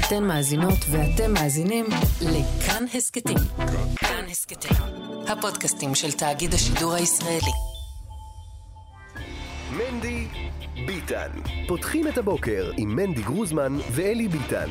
אתן מאזינות ואתם מאזינים לכאן הסקטים. כאן הסקטים, הפודקאסטים של תאגיד השידור הישראלי. מנדי ביטן. פותחים את הבוקר עם מנדי גרוזמן ואלי ביטן.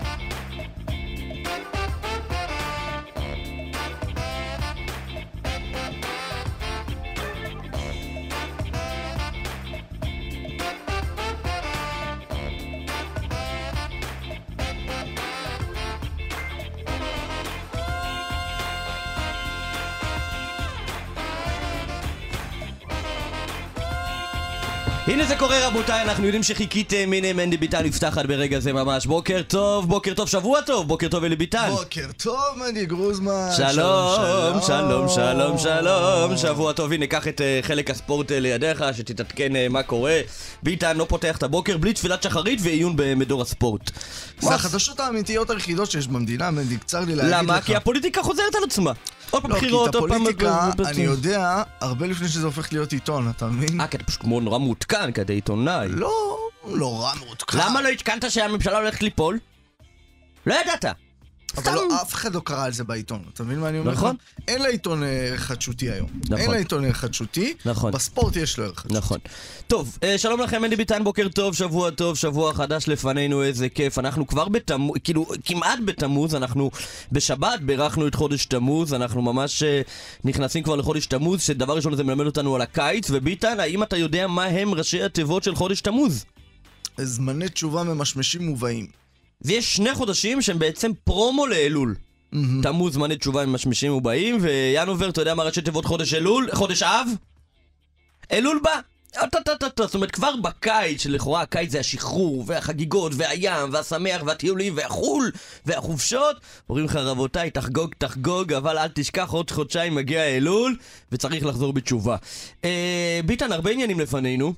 הנה זה קורה רבותיי, אנחנו יודעים שחיכיתם, הנה מנדי ביטן נפתחת ברגע זה ממש. בוקר טוב, שבוע טוב, בוקר טוב אלי ביטן. בוקר טוב מנדי גרוזמן. שלום, שלום, שלום, שלום, שבוע טוב, הנה קח את חלק הספורט לידיך, שתתעדכן מה קורה. ביטן לא פותח את הבוקר בלי תפילת שחרית ועיון במדור הספורט. זה החדשות האמיתיות היחידות שיש במדינה, מנדי, קצר לי להגיד לך. למה? כי הפוליטיקה חוזרת על עצמה. עוד פעם בחירות, עוד פעם... לא, כי את הפוליטיקה, אני יודע, הרבה לפני שזה הופך להיות עיתון, אתה מבין? כי אתה פשוט כמו נורא מעודכן, כי אתה עיתונאי. לא, נורא מעודכן. למה לא התקנת שהממשלה הולכת ליפול? לא ידעת. אבל לא, אף אחד לא קרא על זה בעיתון, אתה מבין מה אני אומר? נכון. אין לה עיתון חדשותי היום. נכון. אין לה עיתון חדשותי, נכון. בספורט יש לו ערך חדשותי. נכון. טוב, שלום לכם, מנדי ביטן, בוקר טוב, שבוע חדש לפנינו, איזה כיף. אנחנו כבר בתמוז, כאילו, כמעט בתמוז, אנחנו בשבת בירכנו את חודש תמוז, אנחנו ממש נכנסים כבר לחודש תמוז, שדבר ראשון זה מלמד אותנו על הקיץ, וביטן, האם אתה יודע מה הם ראשי התיבות של חודש תמוז? זמני תשובה ממשמשים ובאים. ויש 2 חודשים שהם בעצם פרומו לאלול. תמוז, זמני תשובה ממשמשים ובאים, וינובר, אתה יודע מה ראשי תיבות חודש אלול? חודש אב? אלול בא. זאת אומרת, כבר בקיץ, שלכאורה הקיץ זה השחרור, והחגיגות, והים, והשמח, והטיולים, והחול, והחופשות, אומרים לך רבותיי, תחגוג, אבל אל תשכח, עוד חודשיים מגיע אלול, וצריך לחזור בתשובה. ביטן, הרבה עניינים לפנינו.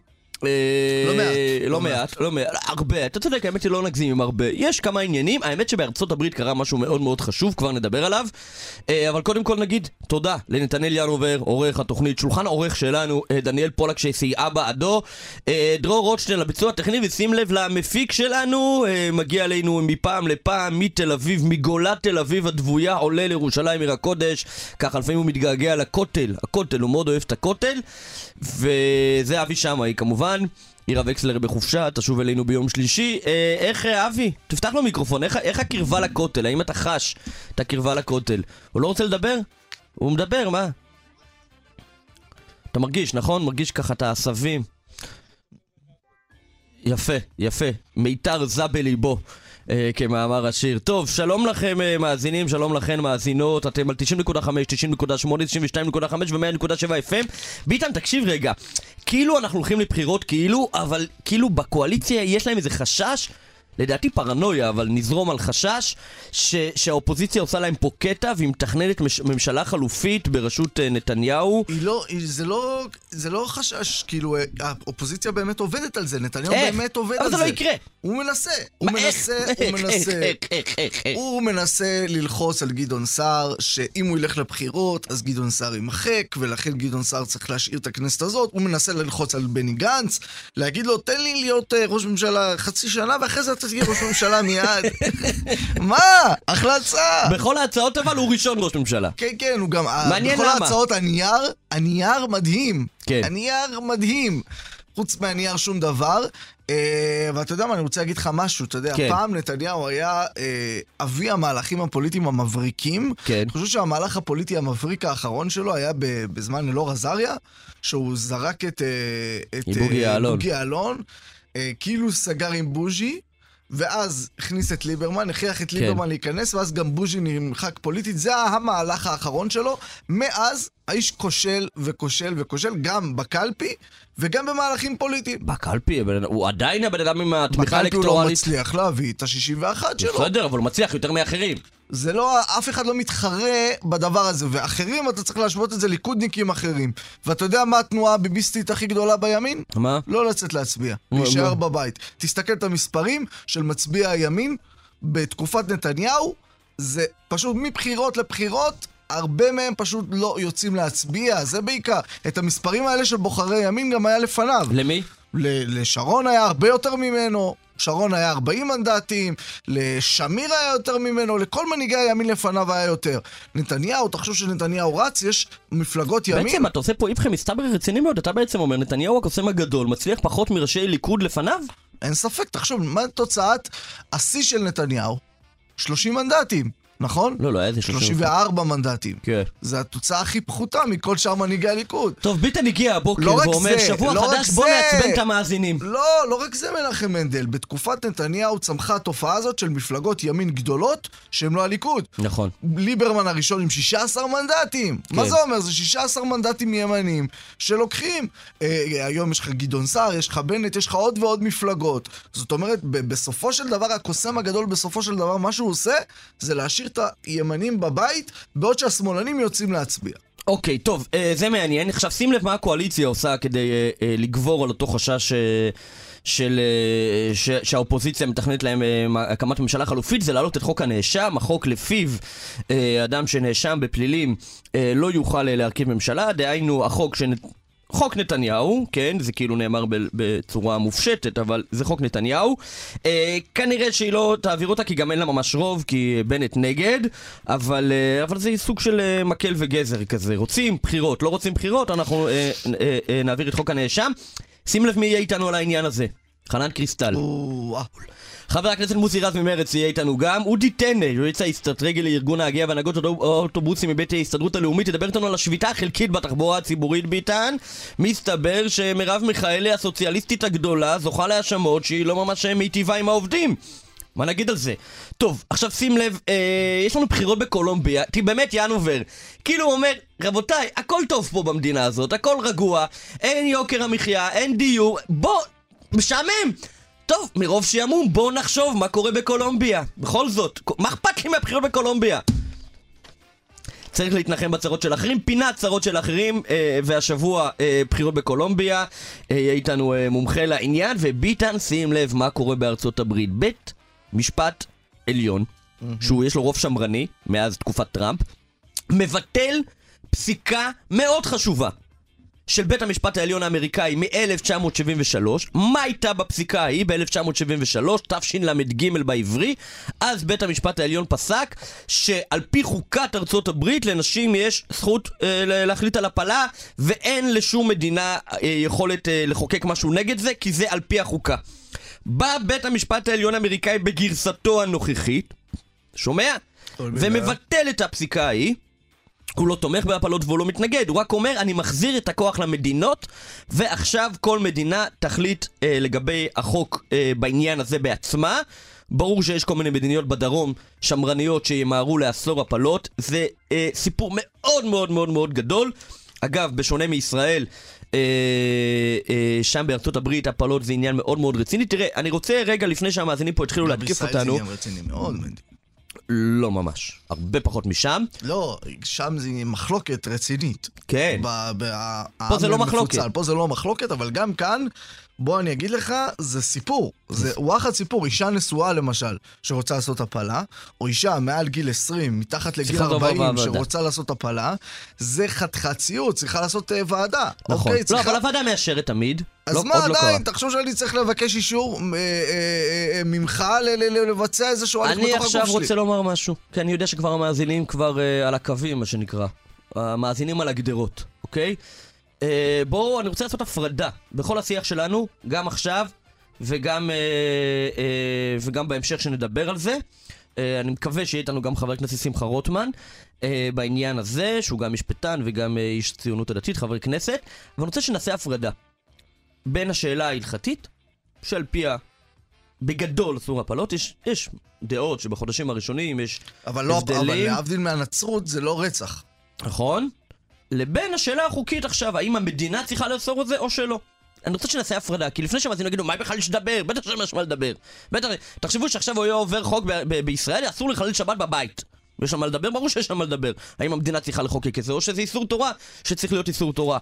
לא מעט, הרבה, אתה צודק, האמת שלא נגזים עם הרבה. יש כמה עניינים, האמת שבארצות הברית קרה משהו מאוד מאוד חשוב, כבר נדבר עליו, אבל קודם כל נגיד תודה לנתנאל ינובר, עורך התוכנית, שולחן העורך שלנו, דניאל פולק שסייעה בעדו, דרור רוטשטיין לביצוע הטכני, ושים לב למפיק שלנו, מגיע אלינו מפעם לפעם, מתל אביב, מגולת תל אביב הדבויה, עולה לירושלים עיר הקודש, ככה לפעמים הוא מתגעגע לכותל, הוא מאוד אוהב את הכותל, וזה אבי שמאי כמובן. עירה וקסלר בחופשה, תשוב אלינו ביום שלישי. איך אבי? תפתח לו מיקרופון, איך הקרבה לכותל? האם אתה חש את הקרבה לכותל? הוא לא רוצה לדבר? הוא מדבר, מה? אתה מרגיש, נכון? מרגיש ככה את העשבים. יפה, מיתר זה בליבו, כמאמר השיר. טוב, שלום לכם מאזינים, שלום לכן מאזינות, אתם על 90.5, 90.8, 92.5 ו-100.7 FM. ביטן, תקשיב רגע, כאילו אנחנו הולכים לבחירות, אבל כאילו בקואליציה יש להם איזה חשש, לדעתי פרנויה, אבל נזרום על חשש שהאופוזיציה עושה להם פה קטע והיא מתכננת ממשלה חלופית בראשות נתניהו. זה לא חשש, כאילו האופוזיציה באמת עובדת על זה, נתניהו באמת עובד על זה. אבל זה לא יקרה. הוא מנסה ללחוץ על גדעון סער, שאם הוא ילך לבחירות אז גדעון סער יימחק, ולכן גדעון סער צריך להשאיר את הכנסת הזאת. הוא מנסה ללחוץ על בני גנץ, להגיד לו תן לי להיות ראש ממשלה חצי שנה ואחרי זה תהיה ראש ממשלה מיד. מה? החלצה. בכל ההצעות אבל הוא ראשון ראש ממשלה. כן, הוא גם... מעניין בכל למה. ההצעות הנייר מדהים. כן. הנייר מדהים. חוץ מהנייר שום דבר. ואתה יודע מה, אני רוצה להגיד לך משהו. אתה יודע, פעם נתניהו היה אבי המהלכים הפוליטיים המבריקים. כן. אני חושב שהמהלך הפוליטי המבריק האחרון שלו היה בזמן אלאור עזריה, שהוא זרק את בוגי יעלון. כאילו סגר עם בוז'י, ואז הכניס את ליברמן, הכריח את ליברמן להיכנס, ואז גם בוז'י נמחק פוליטית. זה המהלך האחרון שלו. מאז האיש כושל וכושל, גם בקלפי וגם במהלכים פוליטיים. בקלפי, הוא עדיין הבן אדם עם התמיכה האלקטורלית. בקלפי הוא לא מצליח להביא את ה-61 שלו. בסדר, אבל הוא מצליח יותר מאחרים. זה לא, אף אחד לא מתחרה בדבר הזה, ואחרים אתה צריך להשוות את זה ליכודניקים אחרים. ואתה יודע מה התנועה הביביסטית הכי גדולה בימין? מה? לא לצאת להצביע, להישאר בבית. תסתכל את המספרים של מצביע הימין בתקופת נתניהו, זה פשוט מבחירות לבחירות, הרבה מהם פשוט לא יוצאים להצביע, זה בעיקר. את המספרים האלה של בוחרי ימין גם היה לפניו. למי? לשרון היה הרבה יותר ממנו. שרון היה 40 מנדטים, לשמיר היה יותר ממנו, לכל מנהיגי הימין לפניו היה יותר. נתניהו, תחשוב שנתניהו רץ, יש מפלגות ימין. בעצם אתה עושה פה איפכם מסתבר רציני מאוד, אתה בעצם אומר, נתניהו הקוסם הגדול מצליח פחות מראשי ליכוד לפניו? אין ספק, תחשוב, מה תוצאת השיא של נתניהו? 30 מנדטים. נכון? לא, היה איזה 34 מנדטים. כן. זה התוצאה הכי פחותה מכל שאר מנהיגי הליכוד. טוב, ביטן הגיע הבוקר ואומר שבוע חדש, בוא נעצבן את המאזינים. לא רק זה מנחם מנדל. בתקופת נתניהו צמחה התופעה הזאת של מפלגות ימין גדולות שהם לא הליכוד. נכון. ליברמן הראשון עם 16 מנדטים. כן. מה זה אומר? זה 16 מנדטים ימניים שלוקחים. היום יש לך גדעון סער, יש לך בנט, יש לך עוד ועוד מפלגות. זאת אומרת, בסופו של דבר, הקוסם הגדול בסופו של דבר, מה שהוא עושה, זה להשאיר את הימנים בבית, בעוד שהשמאלנים יוצאים להצביע. אוקיי, טוב, זה מעניין. עכשיו שים לב מה הקואליציה עושה כדי לגבור על אותו חשש שהאופוזיציה מתכננת להם הקמת ממשלה חלופית, זה להעלות את חוק הנאשם, החוק לפיו אדם שנאשם בפלילים לא יוכל להרכיב ממשלה, דהיינו חוק נתניהו, כן, זה כאילו נאמר בצורה מופשטת, אבל זה חוק נתניהו. כנראה שהיא לא תעביר אותה, כי גם אין לה ממש רוב, כי בנט נגד, אבל זה סוג של מקל וגזר כזה. רוצים בחירות, לא רוצים בחירות, אנחנו נעביר את חוק הנאשם. שים לב מי יהיה איתנו על העניין הזה. חנן קריסטל. חבר הכנסת מוסי רז ממרץ יהיה איתנו גם. אודי טנא, יועץ האסטרטגי לארגון נהגי והנהגות האוטובוסים מבית ההסתדרות הלאומית, תדבר איתנו על השביתה החלקית בתחבורה הציבורית ביטן. מסתבר שמרב מיכאלי הסוציאליסטית הגדולה זוכה להאשמות שהיא לא ממש מיטיבה עם העובדים. מה נגיד על זה? טוב, עכשיו שים לב, יש לנו בחירות בקולומביה, כי באמת ינובר כאילו הוא אומר, רבותיי, הכל טוב פה במדינה הזאת, הכל רגוע, אין יוקר המחיה, אין דיור, בוא, משעמם. טוב, מרוב שימום, בואו נחשוב מה קורה בקולומביה. בכל זאת, מה אכפת לי מהבחירות בקולומביה? צריך להתנחם בצרות של אחרים, פינת צרות של אחרים, והשבוע בחירות בקולומביה, יהיה איתנו מומחה לעניין, וביטן, שים לב מה קורה בארצות הברית. בית משפט עליון, שהוא יש לו רוב שמרני, מאז תקופת טראמפ, מבטל פסיקה מאוד חשובה של בית המשפט העליון האמריקאי מ-1973. מה הייתה בפסיקה ההיא ב-1973, תשל"ג בעברי? אז בית המשפט העליון פסק שעל פי חוקת ארצות הברית לנשים יש זכות להחליט על הפלה, ואין לשום מדינה יכולת לחוקק משהו נגד זה, כי זה על פי החוקה. בא בית המשפט העליון האמריקאי בגרסתו הנוכחית, שומע? ומבטל את הפסיקה ההיא. הוא לא תומך בהפלות והוא לא מתנגד, הוא רק אומר אני מחזיר את הכוח למדינות, ועכשיו כל מדינה תחליט לגבי החוק בעניין הזה בעצמה. ברור שיש כל מיני מדיניות בדרום שמרניות שימהרו לעשור הפלות, זה סיפור מאוד מאוד מאוד מאוד גדול. אגב, בשונה מישראל, שם בארצות הברית הפלות זה עניין מאוד מאוד רציני. תראה, אני רוצה רגע לפני שהמאזינים פה התחילו להתקיף אותנו, בישראל זה עניין רציני מאוד, מנדי. לא ממש, הרבה פחות משם. לא, שם זה מחלוקת רצינית. כן. פה זה לא מחלוקת. פה זה לא מחלוקת, אבל גם כאן, בוא אני אגיד לך, זה סיפור. זה וואחד סיפור. אישה נשואה למשל, שרוצה לעשות הפלה, או אישה מעל גיל 20, מתחת לגיל 40, שרוצה לעשות הפלה, זה חתיכת ציוד, צריכה לעשות ועדה. נכון. לא, אבל הוועדה מאשרת תמיד. אז מה עדיין? תחשוב שאני צריך לבקש אישור ממך לבצע איזשהו הליך בתוך הגוף שלי. אני עכשיו רוצה לומר משהו, כי אני יודע שכבר המאזינים כבר על הקווים, מה שנקרא. המאזינים על הגדרות, אוקיי? בואו, אני רוצה לעשות הפרדה בכל השיח שלנו, גם עכשיו וגם בהמשך שנדבר על זה. אני מקווה שיהיה איתנו גם חבר הכנסת שמחה רוטמן בעניין הזה, שהוא גם משפטן וגם איש ציונות הדתית, חבר כנסת, ואני רוצה שנעשה הפרדה בין השאלה ההלכתית, שעל פיה בגדול אסור הפלות, יש דעות שבחודשים הראשונים יש אבל הבדלים. אבל להבדיל מהנצרות זה לא רצח. נכון? לבין השאלה החוקית עכשיו, האם המדינה צריכה לאסור את זה או שלא. אני רוצה שנעשה הפרדה, כי לפני שהמאזינים יגידו, מה בכלל יש לדבר? בטח שיש מה לדבר. בטח, תחשבו שעכשיו הוא עובר חוק בישראל, אסור לחלל שבת בבית. יש שם מה לדבר? ברור שיש שם מה לדבר. האם המדינה צריכה לחוקק את זה, או שזה איסור תורה, שצריך להיות איסור תורה.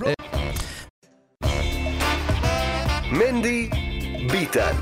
מנדי ביטן.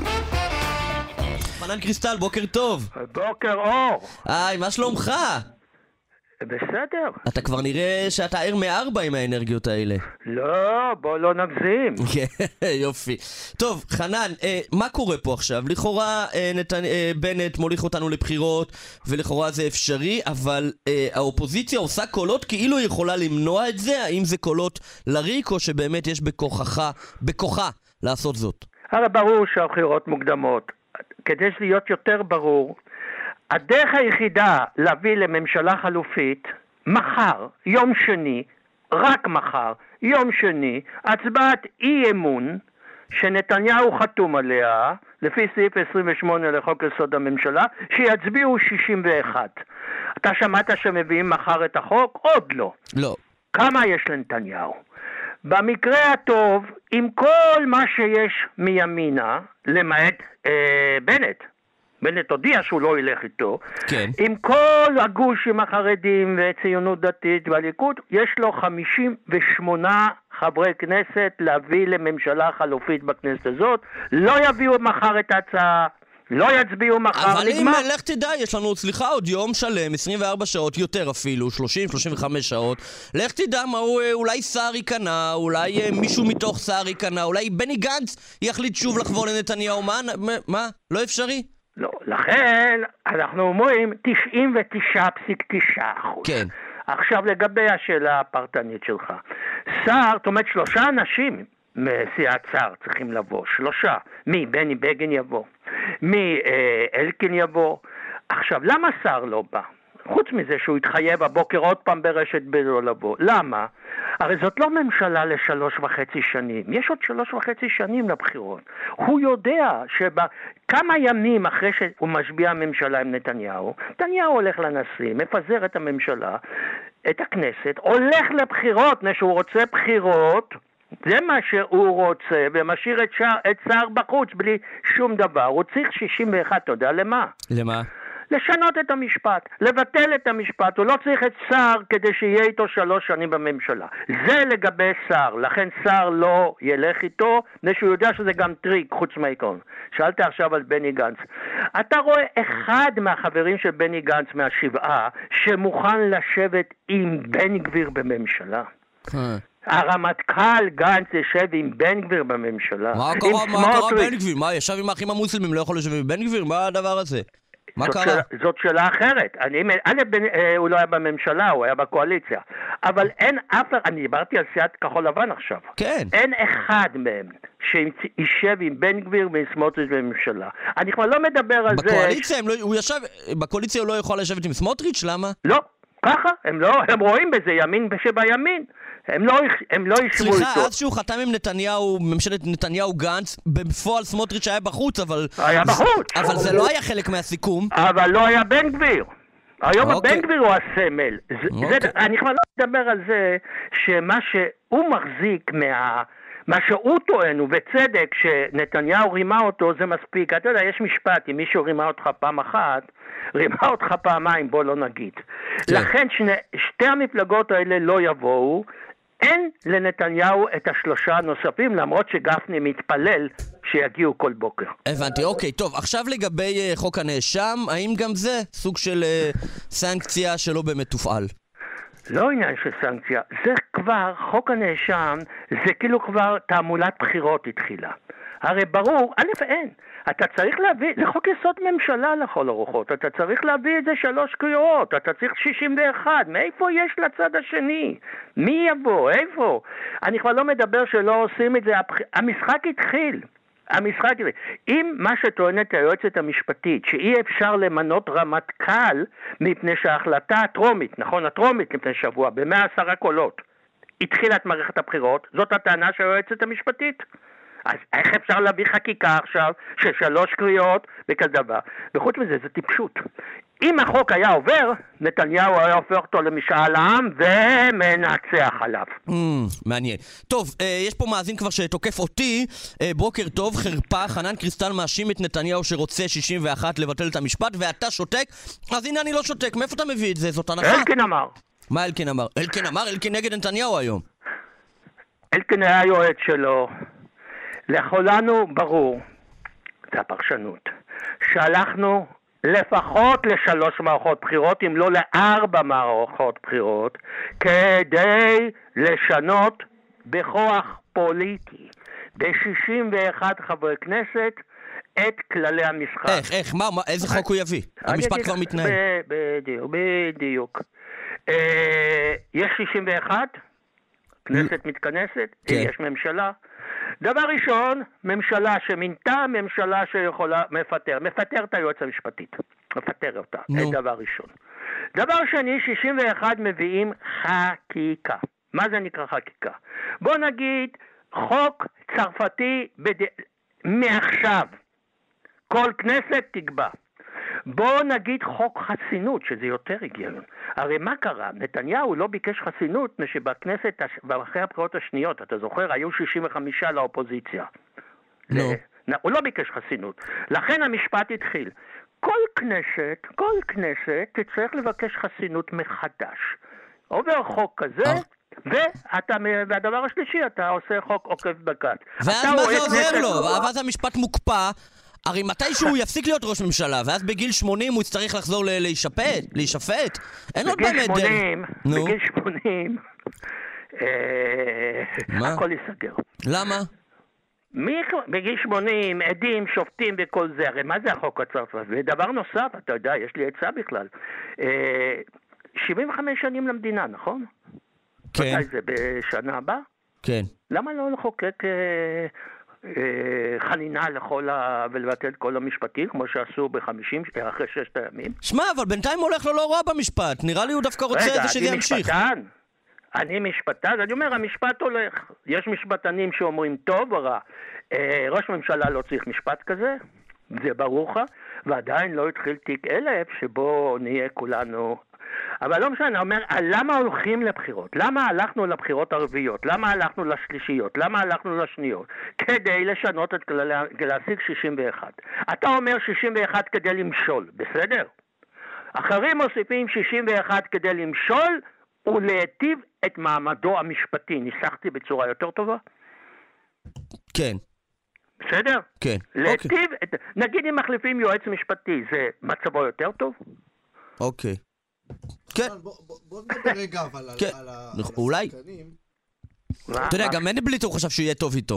חנן קריסטל, בוקר טוב. בוקר אור. היי, מה שלומך? בסדר. אתה כבר נראה שאתה ער מ-4 עם האנרגיות האלה. לא, בוא לא נגזים. יופי. טוב, חנן, מה קורה פה עכשיו? לכאורה בנט מוליך אותנו לבחירות, ולכאורה זה אפשרי, אבל האופוזיציה עושה קולות כאילו היא יכולה למנוע את זה? האם זה קולות לריק, או שבאמת יש בכוחה לעשות זאת? הרי ברור שהבחירות מוקדמות. כדי להיות יותר ברור, הדרך היחידה להביא לממשלה חלופית, מחר, יום שני, רק מחר, יום שני, הצבעת אי אמון שנתניהו חתום עליה, לפי סעיף 28 לחוק יסוד הממשלה, שיצביעו 61. אתה שמעת שמביאים מחר את החוק? עוד לא. לא. כמה יש לנתניהו? במקרה הטוב, עם כל מה שיש מימינה, למעט בנט, בנט הודיע שהוא לא ילך איתו, כן. עם כל הגוש עם החרדים וציונות דתית והליכוד, יש לו 58 חברי כנסת להביא לממשלה חלופית בכנסת הזאת, לא יביאו מחר את ההצעה, לא יצביעו מחר, אבל אם לך תדע, יש לנו, סליחה, עוד יום שלם, 24 שעות, יותר אפילו, 30-35 שעות, לך תדע מה הוא, אולי שר ייכנע, אולי מישהו מתוך שר ייכנע, אולי בני גנץ יחליט שוב לחבור לנתניהו, מה? לא אפשרי? לא, לכן אנחנו אומרים 99.9%. כן. עכשיו לגבי השאלה הפרטנית שלך. שר, זאת אומרת 3 אנשים מסיעת שר צריכים לבוא, 3. מי? בני בגין יבוא. מי? אלקין יבוא. עכשיו, למה שר לא בא? חוץ מזה שהוא התחייב הבוקר עוד פעם ברשת לא לבוא. למה? הרי זאת לא ממשלה ל3.5 שנים. יש עוד 3.5 שנים לבחירות. הוא יודע כמה ימים אחרי שהוא משביע הממשלה עם נתניהו, נתניהו הולך לנשיא, מפזר את הממשלה, את הכנסת, הולך לבחירות, שהוא רוצה בחירות, זה מה שהוא רוצה, ומשאיר את שר בחוץ בלי שום דבר. הוא צריך 61, אתה יודע למה? למה? לשנות את המשפט, לבטל את המשפט, הוא לא צריך את שר כדי שיהיה איתו 3 שנים בממשלה. זה לגבי שר, לכן שר לא ילך איתו, שהוא יודע שזה גם טריק חוץ מהעיקרון. שאלת עכשיו על בני גנץ. אתה רואה אחד מהחברים של בני גנץ מה7 שמוכן לשבת עם בן גביר בממשלה? הרמטכ"ל גנץ ישב עם בן גביר בממשלה. מה קרה בן גביר? מה, ישב עם האחים המוסלמים, לא יכול לשבת עם בן גביר? מה הדבר הזה? מה קרה? זאת שאלה אחרת. הוא לא היה בממשלה, הוא היה בקואליציה. אבל אין אף, אני דיברתי על סיעת כחול לבן עכשיו. כן. אין אחד מהם שישב עם בן גביר וסמוטריץ' בממשלה. אני כבר לא מדבר על זה... בקואליציה הוא לא יכול לשבת עם סמוטריץ'? למה? לא, ככה. הם רואים בזה ימין שבימין. הם לא ישבו איתו. סליחה, אז שהוא חתם עם נתניהו, ממשלת נתניהו גנץ, בפועל סמוטריץ' היה בחוץ, אבל... היה בחוץ. אבל זה לא היה חלק מהסיכום. אבל לא היה בן גביר. היום בן גביר הוא הסמל. אני כבר לא מדבר על זה שמה שהוא מחזיק מה שהוא טוען, ובצדק, שנתניהו רימה אותו, זה מספיק. אתה יודע, יש משפט, אם מישהו רימה אותך פעם אחת, רימה אותך פעמיים, בוא לא נגיד. לכן שתי המפלגות האלה לא יבואו, אין לנתניהו את 3 הנוספים, למרות שגפני מתפלל שיגיעו כל בוקר. הבנתי, אוקיי, טוב, עכשיו לגבי חוק הנאשם, האם גם זה סוג של סנקציה שלא באמת תופעל? לא עניין של סנקציה, זה כבר, חוק הנאשם, זה כאילו כבר תעמולת בחירות התחילה. הרי ברור, אין. אתה צריך להביא, לחוק יסוד ממשלה לכל הרוחות, אתה צריך להביא את זה 3 קריאות, אתה צריך 61, מאיפה יש לצד השני? מי יבוא? איפה? אני כבר לא מדבר שלא עושים את זה, המשחק התחיל. אם מה שטוענת היועצת המשפטית, שאי אפשר למנות רמטכ"ל מפני שההחלטה הטרומית, נכון, הטרומית לפני שבוע, ב110 קולות, התחילה את מערכת הבחירות, זאת הטענה של היועצת המשפטית. אז איך אפשר להביא חקיקה עכשיו של 3 קריאות וכזה דבר? וחוץ מזה, זה טיפשות. אם החוק היה עובר, נתניהו היה הופך אותו למשאל עם ומנצח עליו. מעניין. טוב, יש פה מאזין כבר שתוקף אותי. בוקר טוב, חרפה. חנן קריסטל מאשים את נתניהו שרוצה 61 לבטל את המשפט, ואתה שותק? אז הנה אני לא שותק. מאיפה אתה מביא את זה? זאת הנחה? אלקין אמר. מה אלקין אמר? אלקין נגד נתניהו היום. אלקין היה היועץ שלו. לכולנו ברור, זה הפרשנות, שהלכנו לפחות ל3 מערכות בחירות, אם לא ל4 מערכות בחירות, כדי לשנות בכוח פוליטי, ב61 חברי כנסת, את כללי המשחק. איך? איזה חוק הוא יביא? המשפט כבר מתנהל. בדיוק. יש 61, כנסת מתכנסת, יש ממשלה. דבר ראשון, ממשלה שמינתה, ממשלה שיכולה מפטר את היועץ המשפטית. מפטר אותה, זה דבר ראשון. דבר שני, 61 מביאים חקיקה. מה זה נקרא חקיקה? בוא נגיד, חוק צרפתי מעכשיו. כל כנסת תקבע. בוא נגיד חוק חסינות, שזה יותר הגיון. הרי מה קרה? נתניהו לא ביקש חסינות, שבכנסת, ואחרי הבחירות השניות, אתה זוכר, היו 65 לאופוזיציה. הוא לא ביקש חסינות. לכן המשפט התחיל. כל כנסת תצטרך לבקש חסינות מחדש. עובר חוק כזה, והדבר השלישי, אתה עושה חוק עוקף בג"ץ. ואז מה זה עוזר לו? ואז המשפט מוקפא, הרי מתישהו הוא יפסיק להיות ראש ממשלה, ואז בגיל 80 הוא יצטרך לחזור להישפט. אין עוד באמת בגיל 80, הכל ייסגר. למה? בגיל 80, עדים, שופטים וכל זה, הרי מה זה החוק הצרפתי? ודבר נוסף, אתה יודע, יש לי עצה בכלל, 75 שנים למדינה, נכון? כן. מתי זה, בשנה הבאה? כן. למה לא לחוקק חנינה ולבטל את כל המשפטים, כמו שעשו אחרי 6 הימים? שמע, אבל בינתיים הולך לו לא רע במשפט, נראה לי הוא דווקא רוצה את זה שזה ימשיך. אני משפטן, אני אומר, המשפט הולך. יש משפטנים שאומרים טוב או רע. ראש ממשלה לא צריך משפט כזה, זה ברור לך, ועדיין לא התחיל תיק 1000 שבו נהיה כולנו. אבל לא משנה, אני אומר, למה הולכים לבחירות? למה הלכנו לבחירות הרביעיות? למה הלכנו לשלישיות? למה הלכנו לשניות? כדי לשנות את כללי, להשיג 61. אתה אומר 61 כדי למשול, בסדר? אחרים מוסיפים 61 כדי למשול, ולהיטיב את מעמדו המשפטי. ניסחתי בצורה יותר טובה? כן. בסדר? כן. להיטיב את... נגיד אם מחליפים יועץ משפטי, זה מצבו יותר טוב? אוקיי. כן. בוא נדבר רגע אבל על אולי. השחקנים. אתה יודע, גם מנדלבליט הוא חשב שיהיה טוב איתו.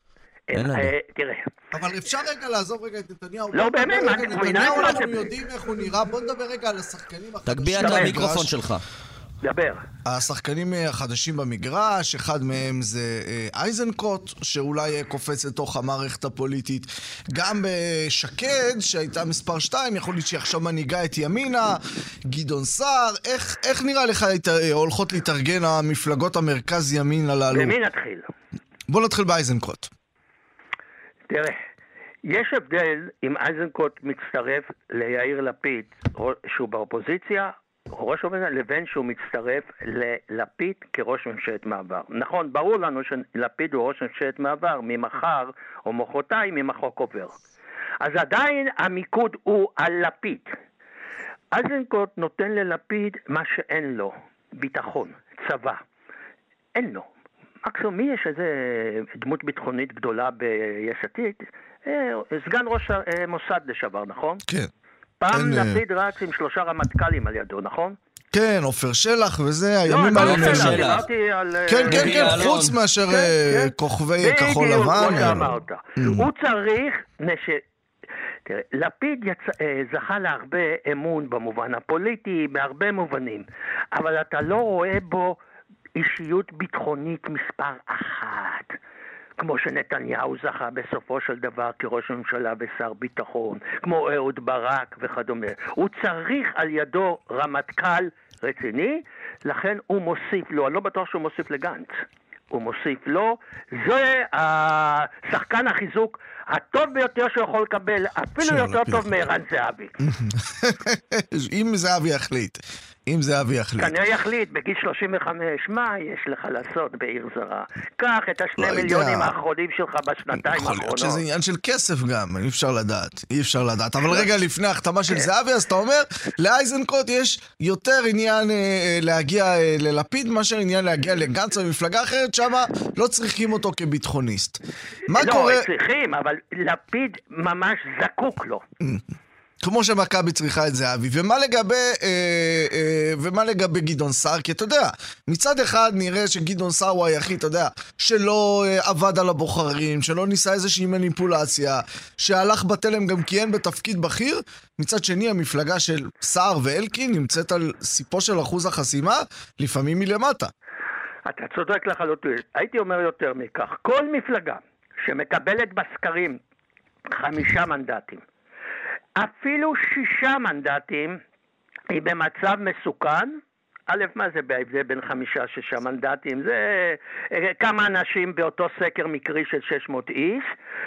תראה. אבל אפשר רגע לעזוב רגע את נתניהו. לא באמת, נתניהו אנחנו יודעים איך הוא נראה. בוא נדבר רגע על השחקנים החדשים. תגביה את המיקרופון שלך. דבר. השחקנים החדשים במגרש, אחד מהם זה אייזנקוט, שאולי קופץ לתוך המערכת הפוליטית. גם בשקד, שהייתה מספר 2, יכול להיות שהיא עכשיו מנהיגה את ימינה, גדעון סער. איך נראה לך הולכות להתארגן המפלגות המרכז ימין הללו? למי נתחיל? בוא נתחיל באייזנקוט. תראה, יש הבדל אם אייזנקוט מצטרף ליאיר לפיד, שהוא באופוזיציה, ראש הממשלה, לבין שהוא מצטרף ללפיד כראש ממשלת מעבר. נכון, ברור לנו שלפיד הוא ראש ממשלת מעבר, ממחר או מחרתיים אם החוק עובר. אז עדיין המיקוד הוא על לפיד. אייזנקוט נותן ללפיד מה שאין לו, ביטחון, צבא. אין לו. מקסימום, מי יש איזה דמות ביטחונית גדולה ביש עתיד? סגן ראש מוסד לשעבר, נכון? כן. פעם לפיד רץ עם 3 רמטכ"לים על ידו, נכון? כן, עופר שלח וזה, הימים על עופר שלח. כן, חוץ מאשר כוכבי כחול לבן. הוא צריך, תראה, לפיד זכה להרבה אמון במובן הפוליטי, בהרבה מובנים, אבל אתה לא רואה בו אישיות ביטחונית מספר 1. כמו שנתניהו זכה בסופו של דבר כראש ממשלה ושר ביטחון, כמו אהוד ברק וכדומה. הוא צריך על ידו רמטכ"ל רציני, לכן הוא מוסיף לו, אני לא בטוח שהוא מוסיף לגנץ, הוא מוסיף לו, זה השחקן החיזוק הטוב ביותר שיכול לקבל, אפילו יותר טוב מערן זהבי. אם זהבי יחליט. כנראה יחליט, בגיל 35, מה יש לך לעשות בעיר זרה? קח את 2 מיליונים האחרונים שלך בשנתיים האחרונות. יכול להיות שזה עניין של כסף גם, אי אפשר לדעת. אבל רגע לפני ההחתמה של זהבי, אז אתה אומר, לאייזנקוט יש יותר עניין להגיע ללפיד, מאשר עניין להגיע לגנץ או למפלגה אחרת, שמה לא צריכים אותו כביטחוניסט. מה קורה? לא, צריכים, אבל לפיד ממש זקוק לו. כמו שמכבי צריכה את זהבי. ומה לגבי גדעון סער? כי אתה יודע, מצד אחד נראה שגדעון סער הוא היחיד, אתה יודע, שלא עבד על הבוחרים, שלא ניסה איזושהי מניפולציה, שהלך בתלם גם כיהן בתפקיד בכיר. מצד שני, המפלגה של סער ואלקין נמצאת על סיפו של אחוז החסימה, לפעמים מלמטה. אתה צודק לחלוטין. הייתי אומר יותר מכך. כל מפלגה שמקבלת בסקרים 5 מנדטים, אפילו 6 מנדטים, היא במצב מסוכן. א', מה זה בהבדל בין 5-6 מנדטים? זה כמה אנשים באותו סקר מקרי של 600 איש,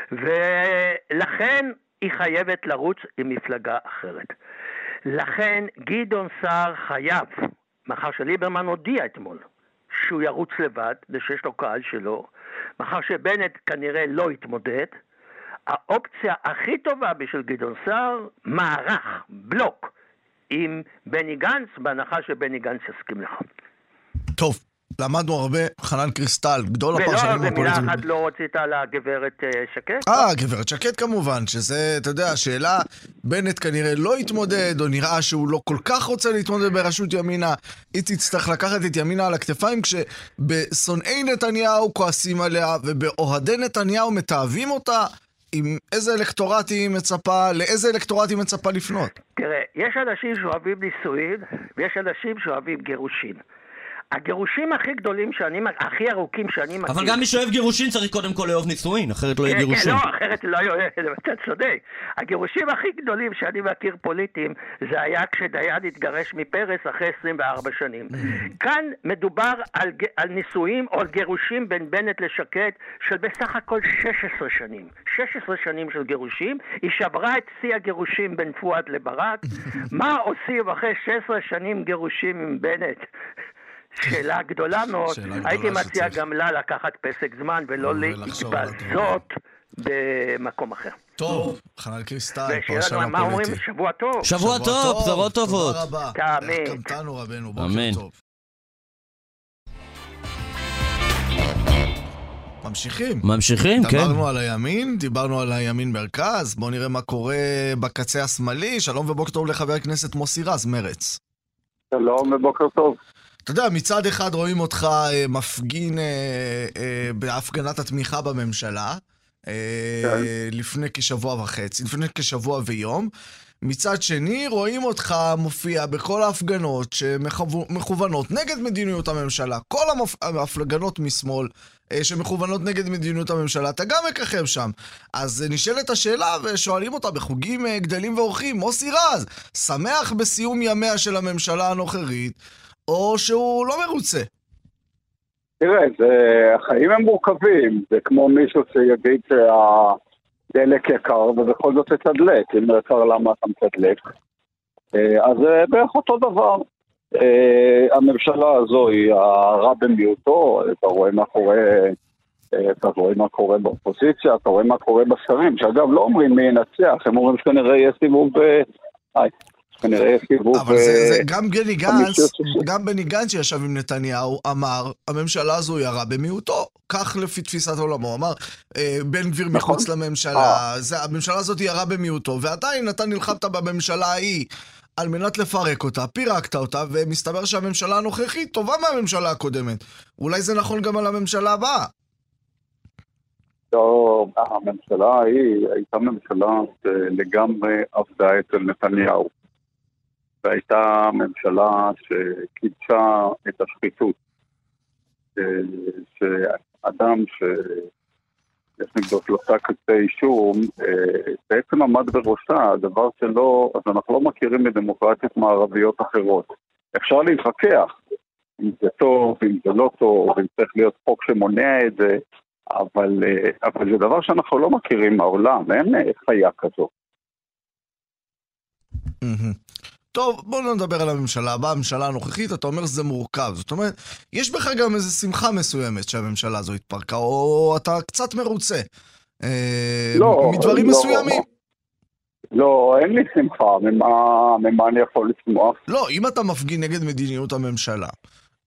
ולכן היא חייבת לרוץ עם מפלגה אחרת. לכן גדעון סער חייב, מאחר שליברמן הודיע אתמול שהוא ירוץ לבד, ושיש לו קהל שלו, מאחר שבנט כנראה לא יתמודד, האופציה הכי טובה בשביל גדעון סער, מערך, בלוק, עם בני גנץ, בהנחה שבני גנץ יסכים לך. טוב, למדנו הרבה. חנן קריסטל, גדול הפרשנים הפוליטיים. ולא, במילה אחת לא רצית על הגברת שקד? גברת שקד כמובן, שזה, אתה יודע, השאלה, בנט כנראה לא יתמודד, או נראה שהוא לא כל כך רוצה להתמודד בראשות ימינה, היא תצטרך לקחת את ימינה על הכתפיים, כשבשונאי נתניהו כועסים עליה, ובאוהדי נתניהו מתאהבים אותה, עם איזה אלקטורט היא מצפה, לאיזה אלקטורט היא מצפה לפנות? תראה, יש אנשים שאוהבים נישואין, ויש אנשים שאוהבים גירושין. הגירושים הכי גדולים הכי ארוכים שאני מכיר... אבל גם מי שאוהב גירושין צריך קודם כל לאהוב נישואין, אחרת לא יהיה גירושין. לא, אחרת לא יהיה, אתה צודק. הגירושים הכי גדולים שאני מכיר פוליטיים, זה היה כשדיין התגרש מפרס אחרי 24 שנים. כאן מדובר על נישואים או על גירושים בין בנט לשקד של בסך הכל 16 שנים. 16 שנים של גירושים, היא שברה את שיא הגירושים בין פואד לברק. מה עושים אחרי 16 שנים גירושים עם בנט? שאלה גדולה מאוד. הייתי מציע גם לה לקחת פסק זמן ולא להתבזות במקום אחר. טוב, חנן קריסטל, פרשן הפוליטי. מה אומרים? שבוע טוב. שבוע טוב, בשורות טובות. תודה רבה. תאמין. קמתנו רבנו, בוקר טוב. ממשיכים, כן. דיברנו על הימין, דיברנו על הימין מרכז, בואו נראה מה קורה בקצה השמאלי. שלום ובוקר טוב לחבר הכנסת מוסי רז, מרץ. שלום ובוקר טוב. אתה יודע, מצד אחד רואים אותך מפגין בהפגנת התמיכה בממשלה, לפני כשבוע ויום. מצד שני, רואים אותך מופיע בכל ההפגנות שמכוונות נגד מדיניות הממשלה. כל ההפגנות משמאל שמכוונות נגד מדיניות הממשלה, אתה גם מככב שם. אז נשאלת השאלה ושואלים אותה בחוגים גדלים ואורחים, מוסי רז, שמח בסיום ימיה של הממשלה הנוכחית, או שהוא לא מרוצה? תראה, החיים הם מורכבים. זה כמו מישהו שיגיד שהדלק יקר ובכל זאת תתדלק. אם לא יקר, למה אתה מתדלק? אז בערך אותו דבר. הממשלה הזו היא הרע במיעוטו. אתה רואה מה קורה באופוזיציה, אתה רואה מה קורה בסקרים, שאגב לא אומרים מי ינצח, הם אומרים שכנראה יהיה סיבוב אבל זה גם בני גנץ שישב עם נתניהו אמר, הממשלה הזו היא הרע במיעוטו, כך לפי תפיסת עולמו, אמר בן גביר מחוץ לממשלה, הממשלה הזאת היא הרע במיעוטו, ועדיין אתה נלחמת בממשלה ההיא על מנת לפרק אותה, פירקת אותה, ומסתבר שהממשלה הנוכחית טובה מהממשלה הקודמת. אולי זה נכון גם על הממשלה הבאה. לא, הממשלה ההיא הייתה ממשלה שלגמרי עבדה אצל נתניהו. והייתה ממשלה שקידשה את השחיתות. שאדם שיש נגדו 3 כתבי אישום, בעצם עמד בראשה, הדבר שלו, אז אנחנו לא מכירים בדמוקרטיות מערביות אחרות. אפשר להתווכח אם זה טוב, אם זה לא טוב, אם צריך להיות חוק שמונע את זה, אבל זה דבר שאנחנו לא מכירים מהעולם, אין חיה כזו. טוב, בואו לא נדבר על הממשלה הבאה, הממשלה הנוכחית, אתה אומר שזה מורכב. זאת אומרת, יש בך גם איזו שמחה מסוימת שהממשלה הזו התפרקה, או אתה קצת מרוצה מדברים מסוימים. לא, אין לי שמחה, ממה אני יכול לשמוח? לא, אם אתה מפגין נגד מדיניות הממשלה,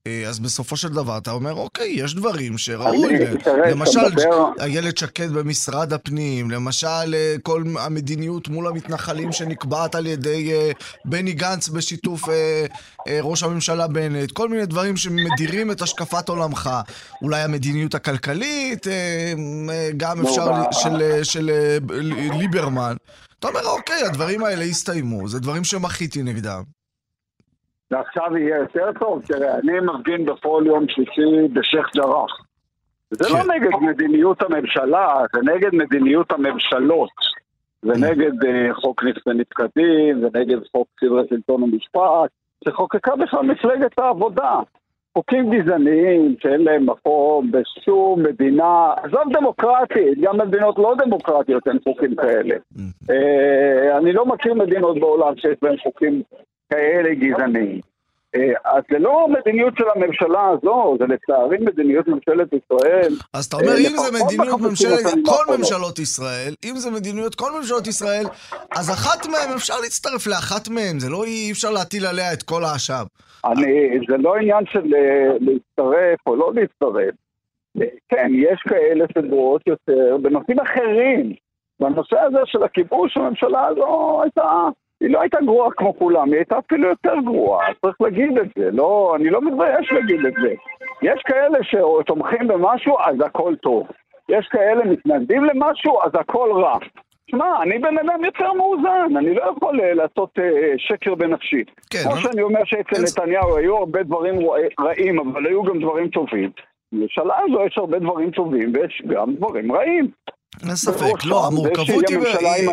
אז בסופו של דבר אתה אומר, אוקיי, יש דברים שראוי, למשל, איילת שקד במשרד הפנים, למשל, כל המדיניות מול המתנחלים שנקבעת על ידי בני גנץ בשיתוף ראש הממשלה בנט, כל מיני דברים שמדירים את השקפת עולמך, אולי המדיניות הכלכלית, גם אפשר של ליברמן. אתה אומר, אוקיי, הדברים האלה הסתיימו, זה דברים שמחיתי נגדם. ועכשיו יהיה יותר טוב, תראה, אני מפגין בכל יום שישי בשייח' ג'ראח. זה לא נגד מדיניות הממשלה, זה נגד מדיניות הממשלות. זה נגד חוק נכסי נפקדים, זה נגד חוק סדרי שלטון ומשפט, שחוקקה בכלל מפלגת העבודה. חוקים גזעניים שאין להם מקום בשום מדינה, עזוב דמוקרטית, גם מדינות לא דמוקרטיות אין חוקים כאלה. אני לא מכיר מדינות בעולם שיש בהם חוקים כאלה גזעניים. אז זה לא מדיניות של הממשלה הזו, זה לצערי מדיניות ממשלת ישראל. אז אתה אומר, אם זה מדיניות כל ממשלות ישראל, אם זה מדיניות כל ממשלות ישראל, אז אחת מהם אפשר להצטרף לאחת מהם, זה לא אי אפשר להטיל עליה את כל האשם. זה לא עניין של להצטרף או לא להצטרף. כן, יש כאלה שגרועות יותר בנושאים אחרים. בנושא הזה של הכיבוש, הממשלה הזו היא לא הייתה גרועה כמו כולם, היא הייתה אפילו יותר גרועה, צריך להגיד את זה, אני לא מתבייש להגיד את זה. יש כאלה שתומכים במשהו, אז הכל טוב. יש כאלה מתנגדים למשהו, אז הכל רע. שמע, אני בן אדם יותר מאוזן, אני לא יכול לעשות שקר בנפשי. כמו שאני אומר שאצל נתניהו היו הרבה דברים רעים, אבל היו גם דברים טובים. בממשלה הזו יש הרבה דברים טובים, ויש גם דברים רעים. אין ספק, לא, המורכבות היא...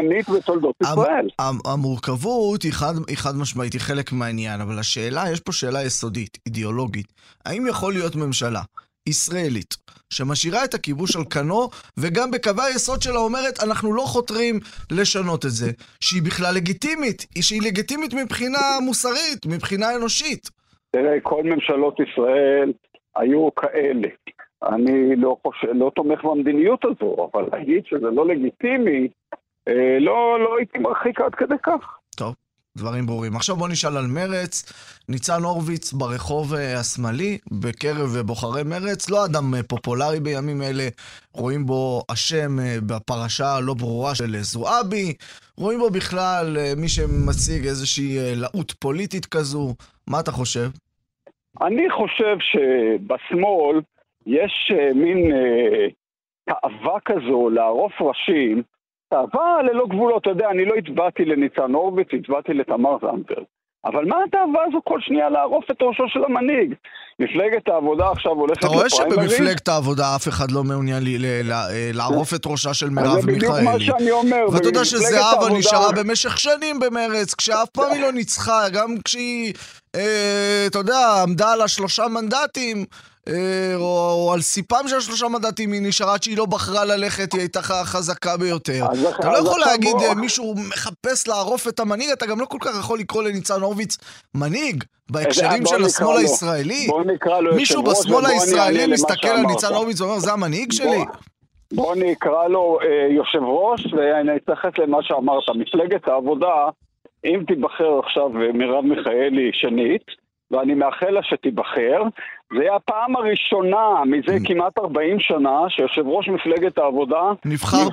המורכבות היא חד משמעית, היא חלק מהעניין, אבל השאלה, יש פה שאלה יסודית, אידיאולוגית. האם יכול להיות ממשלה ישראלית שמשאירה את הכיבוש על כנו, וגם בקווי היסוד שלה אומרת, אנחנו לא חותרים לשנות את זה, שהיא בכלל לגיטימית, שהיא לגיטימית מבחינה מוסרית, מבחינה אנושית? תראה, כל ממשלות ישראל היו כאלה. אני לא תומך במדיניות הזו, אבל להגיד שזה לא לגיטימי, לא הייתי מרחיק עד כדי כך. טוב, דברים ברורים. עכשיו בוא נשאל על מרץ. ניצן הורוביץ ברחוב השמאלי, בקרב בוחרי מרץ, לא אדם פופולרי בימים אלה, רואים בו אשם בפרשה הלא ברורה של זועבי, רואים בו בכלל מי שמציג איזושהי לאות פוליטית כזו. מה אתה חושב? אני חושב שבשמאל יש מין תאווה כזו לערוף ראשים, תאווה ללא גבולות. אתה יודע, אני לא הצבעתי לניצן הורוביץ, הצבעתי לתמר זנדברג. אבל מה התאווה הזו כל שנייה לערוף את ראשו של המנהיג? מפלגת העבודה עכשיו הולכת לפריימריז. אתה רואה שבמפלגת העבודה אף אחד לא מעוניין לערוף את ראשה של מרב מיכאלי. זה בדיוק מה שאני אומר. ואתה יודע שזהבה נשארה במשך שנים במרץ, כשאף פעם היא לא ניצחה, גם כשהיא, אתה יודע, עמדה על 3 מנדטים, או על סיפם של 3 מנדטים, היא נשארה שהיא לא בחרה ללכת, היא הייתה חזקה ביותר. אתה לא יכול להגיד מישהו מחפש לערוף את המנהיג, אתה גם לא כל כך יכול לקרוא לניצן הורוביץ מנהיג בהקשרים של השמאל הישראלי. מישהו בשמאל הישראלי מסתכל על ניצן הורוביץ ואומר, זה המנהיג שלי? בוא נקרא לו יושב ראש, ואני אתייחס למה שאמרת. מפלגת העבודה, אם תיבחר עכשיו מרב מיכאלי שנית, ואני מאחל לה שתיבחר, זה היה הפעם הראשונה מזה כמעט 40 שנה שיושב ראש מפלגת העבודה נבחר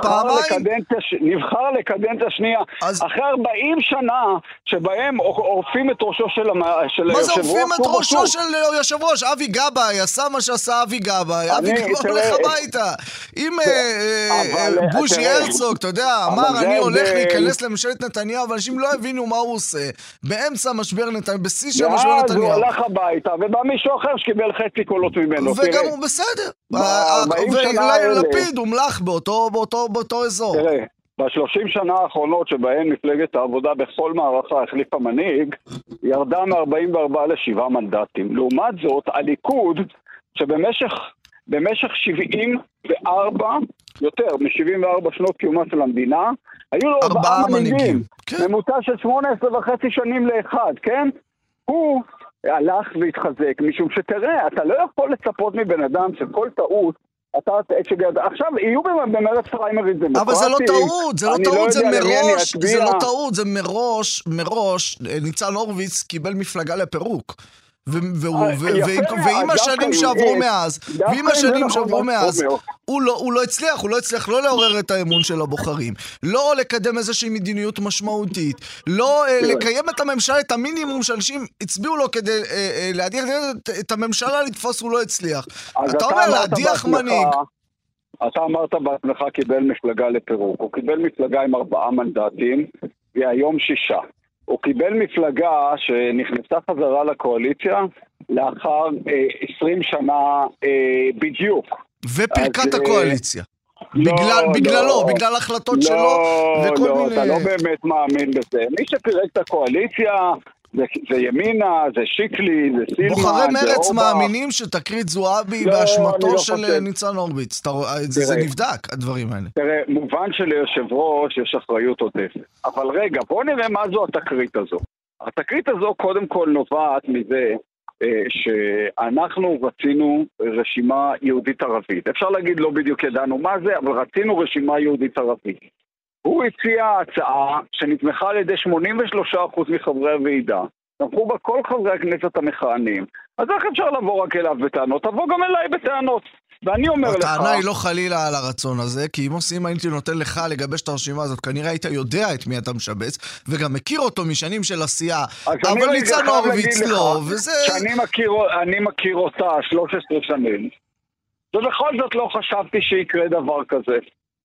לקדנציה שנייה. אחרי 40 שנה שבהם עורפים את ראשו של יושב ראש. מה זה עורפים את ראשו של יושב ראש? אבי גבאי עשה מה שעשה אבי גבאי. אבי גבאי הולך הביתה. אם בוז'י הרצוג, אתה יודע, אמר אני הולך להיכנס לממשלת נתניהו, ואנשים לא הבינו מה הוא עושה באמצע משבר נתניהו, בשיא של משבר נתניהו. הוא הלך הביתה ובא מישהו אחר שקיבל חצי קולות ממנו. וגם הוא בסדר. ולפיד הומלך באותו אזור. תראה, ב-30 שנה האחרונות שבהן מפלגת העבודה בכל מערכה החליפה מנהיג, ירדה מ-44 ל7 מנדטים. לעומת זאת, הליכוד, שבמשך 74, יותר מ-74 שנות קיומה של המדינה, היו לו 4 מנהיגים. ממוצע של 18.5 שנים לאחד, כן? הוא הלך והתחזק, משום שתראה, אתה לא יכול לצפות מבן אדם שכל טעות, עכשיו יהיו במרץ פריימריז דמוקרטי. אבל זה לא טעות, זה לא טעות, זה מראש, ניצן הורוביץ קיבל מפלגה לפירוק. ועם השנים שעברו מאז, הוא לא הצליח לא לעורר את האמון של הבוחרים, לא לקדם איזושהי מדיניות משמעותית, לא לקיים את הממשלה, את המינימום שאנשים הצביעו לו כדי להדיח את הממשלה לתפוס, הוא לא הצליח. אתה אומר להדיח מנהיג. אתה אמרת בעצמך קיבל מפלגה לפירוק, הוא קיבל מפלגה עם 4 מנדטים, והיום 6. הוא קיבל מפלגה שנכנסה חזרה לקואליציה לאחר 20 שנה בדיוק. ופרקה את הקואליציה. בגלל החלטות שלו וכל מיני... אתה לא באמת מאמין בזה. מי שפירק את הקואליציה זה ימינה, זה שיקלי, זה סילמן, בוחרי מרץ מאמינים שתקרית זועבי באשמתו של ניצן הורוביץ. זה נבדק, הדברים האלה. תראה, מובן שליושב ראש יש אחריות עודפת. אבל רגע, בוא נראה מה זו התקרית הזו. התקרית הזו קודם כל נובעת מזה שאנחנו רצינו רשימה יהודית ערבית. אפשר להגיד לא בדיוק ידענו מה זה, אבל רצינו רשימה יהודית ערבית. הוא הציע הצעה שנתמכה על ידי 83% מחברי הוועידה. תמכו בה כל חברי הכנסת המכהנים. אז איך אפשר לבוא רק אליו בטענות? תבוא גם אליי בטענות. ואני אומר לך... הטענה היא לא חלילה על הרצון הזה, כי אם הייתי נותן לך לגבש את הרשימה הזאת, כנראה היית יודע את מי אתה משבץ, וגם מכיר אותו משנים של עשייה, אבל ניצן הורוביץ לא, וזה... שאני מכיר אותה 13 שנים, ובכל זאת לא חשבתי שיקרה דבר כזה.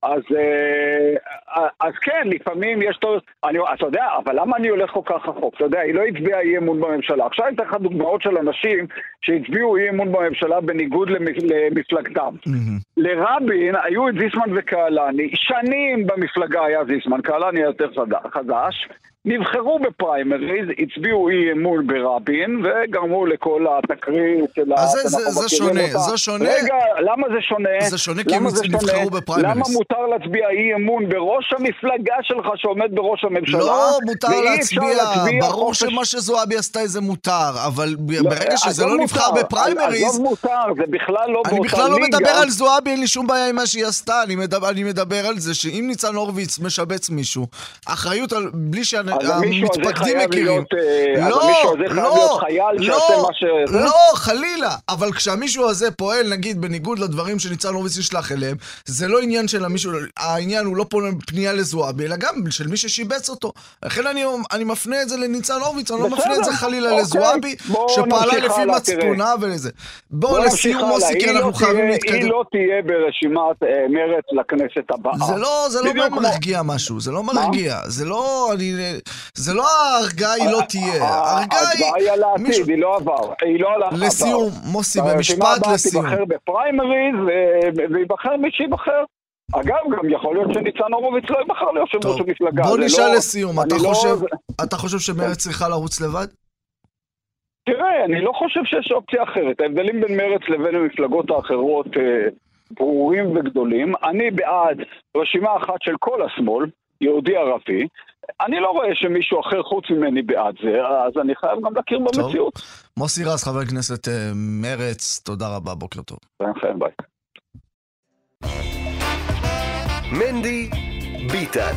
אז כן, לפעמים יש טוב, אתה יודע, אבל למה אני הולך כל כך רחוק? אתה יודע, היא לא הצביעה אי אמון בממשלה. עכשיו הייתה לך דוגמאות של אנשים שהצביעו אי אמון בממשלה בניגוד למפלגתם. לרבין היו את זיסמן וקהלני, שנים במפלגה היה זיסמן, קהלני יותר חדש, נבחרו בפריימריז, הצביעו אי אמון ברבין, וגרמו לכל התקרית של... אז זה שונה. רגע, למה זה שונה? זה שונה כי הם נבחרו בפריימריז. למה מותר להצביע אי אמון בראש המפלגה שלך שעומד בראש הממשלה? לא מותר להצביע, ברור שמה שזועבי עשתה זה מותר, אבל ברגע שזה לא נבחר בפריימריז... אז לא מותר, זה בכלל לא באותה ליגה. אני בכלל לא מדבר על זועבי, אין לי שום בעיה עם מה שהיא עשתה, אני מדבר על זה שאם ניצן הורוביץ משבץ מישהו, אחריות על... בלי המתפקדים מכירים. לא, חלילה. אבל כשהמישהו הזה פועל, נגיד, בניגוד לדברים שניצן הורוביץ ישלח אליהם, זה לא עניין של המישהו, העניין הוא לא פנייה לזועבי, אלא גם של מי ששיבץ אותו. לכן אני מפנה את זה לניצן הורוביץ, אני לא מפנה את זה חלילה לזועבי, שפעלה לפי מצפונה ולזה. בואו לסיום מוסי, כי אנחנו חייבים להתקדם. היא לא תהיה ברשימת מרץ לכנסת הבאה. זה לא מרגיע משהו, זה לא מרגיע. זה לא ההרגעה היא לא תהיה. ההרגעה היא על העתיד, היא לא עבר. לסיום, מוסי, במשפט לסיום. ייבחר בפריימריז ויבחר מי שיבחר. אגב, גם יכול להיות שניצן הורוביץ לא ייבחר ליושב ראש המפלגה. בוא נשאל לסיום, אתה חושב שמרץ צריכה לרוץ לבד? תראה, אני לא חושב שיש אופציה אחרת. ההבדלים בין מרץ לבין המפלגות האחרות ברורים וגדולים. אני בעד רשימה אחת של כל השמאל, יהודי ערבי. אני לא רואה שמישהו אחר חוץ ממני בעד זה, אז אני חייב גם להכיר במציאות. מוסי רז, חבר כנסת מרץ, תודה רבה, בוקר טוב. חיים, ביי. מנדי ביטן.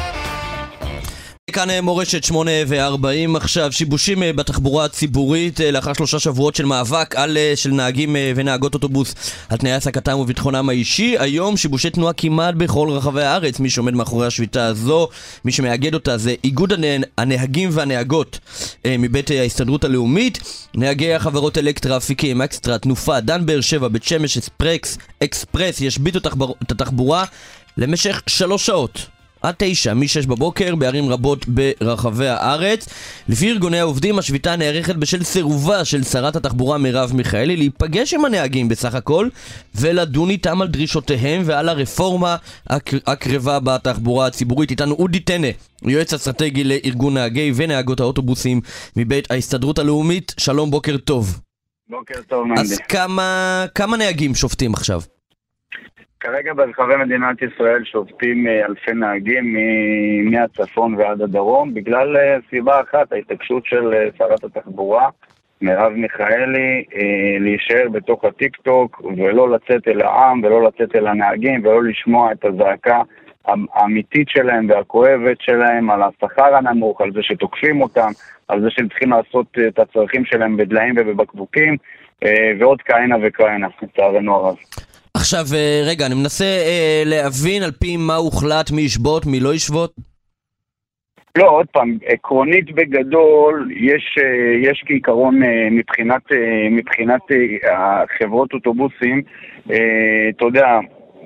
כאן מורשת 8:40 עכשיו, שיבושים בתחבורה הציבורית לאחר 3 שבועות של מאבק של נהגים ונהגות אוטובוס על תנאי העסקתם וביטחונם האישי. היום שיבושי תנועה כמעט בכל רחבי הארץ. מי שעומד מאחורי השביתה הזו, מי שמאגד אותה, זה איגוד הנהגים והנהגות מבית ההסתדרות הלאומית. נהגי החברות אלקטרה, אפיקים, אקסטרה, תנופה, דן באר שבע, בית שמש, אקספרס ישביתו את התחבורה למשך 3 שעות. עד 9, מ-6 בבוקר, בערים רבות ברחבי הארץ. לפי ארגוני העובדים, השביתה נערכת בשל סירובה של שרת התחבורה מרב מיכאלי להיפגש עם הנהגים בסך הכל, ולדון איתם על דרישותיהם ועל הרפורמה הקרבה בתחבורה הציבורית. איתנו אודי טנא, יועץ אסטרטגי לארגון נהגי ונהגות האוטובוסים מבית ההסתדרות הלאומית. שלום, בוקר טוב. בוקר טוב, מנדי. אז כמה נהגים שופטים עכשיו? כרגע ברחבי מדינת ישראל שופטים אלפי נהגים מהצפון ועד הדרום, בגלל סיבה אחת, ההתעקשות של שרת התחבורה, מרב מיכאלי, להישאר בתוך הטיק טוק ולא לצאת אל העם ולא לצאת אל הנהגים ולא לשמוע את הזעקה האמיתית שלהם והכואבת שלהם, על השכר הנמוך, על זה שתוקפים אותם, על זה שהם צריכים לעשות את הצרכים שלהם בדליים ובבקבוקים, ועוד כהנה וכהנה, לצערנו הרב. עכשיו, רגע, אני מנסה להבין על פי מה הוחלט, מי ישבות, מי לא ישבות? לא, עוד פעם, עקרונית בגדול, יש כעיקרון מבחינת החברות אוטובוסים, אתה יודע,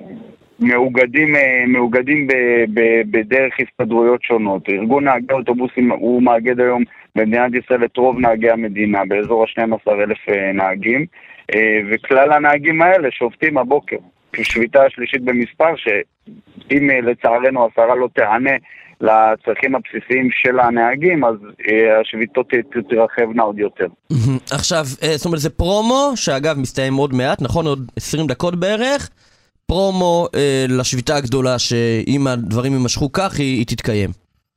מאוגדים בדרך הסתדרויות שונות. ארגון נהגי האוטובוסים הוא מאגד היום במדינת ישראל את רוב נהגי המדינה, באזור ה-12,000 נהגים, וכלל הנהגים האלה שובתים הבוקר. שביתה השלישית במספר, שאם לצערנו השרה לא תענה לצרכים הבסיסיים של הנהגים, אז השביתות תרחבנה עוד יותר. עכשיו, זאת אומרת, זה פרומו, שאגב מסתיים עוד מעט, נכון? עוד 20 דקות בערך, פרומו לשביתה הגדולה, שאם הדברים יימשכו כך, היא תתקיים.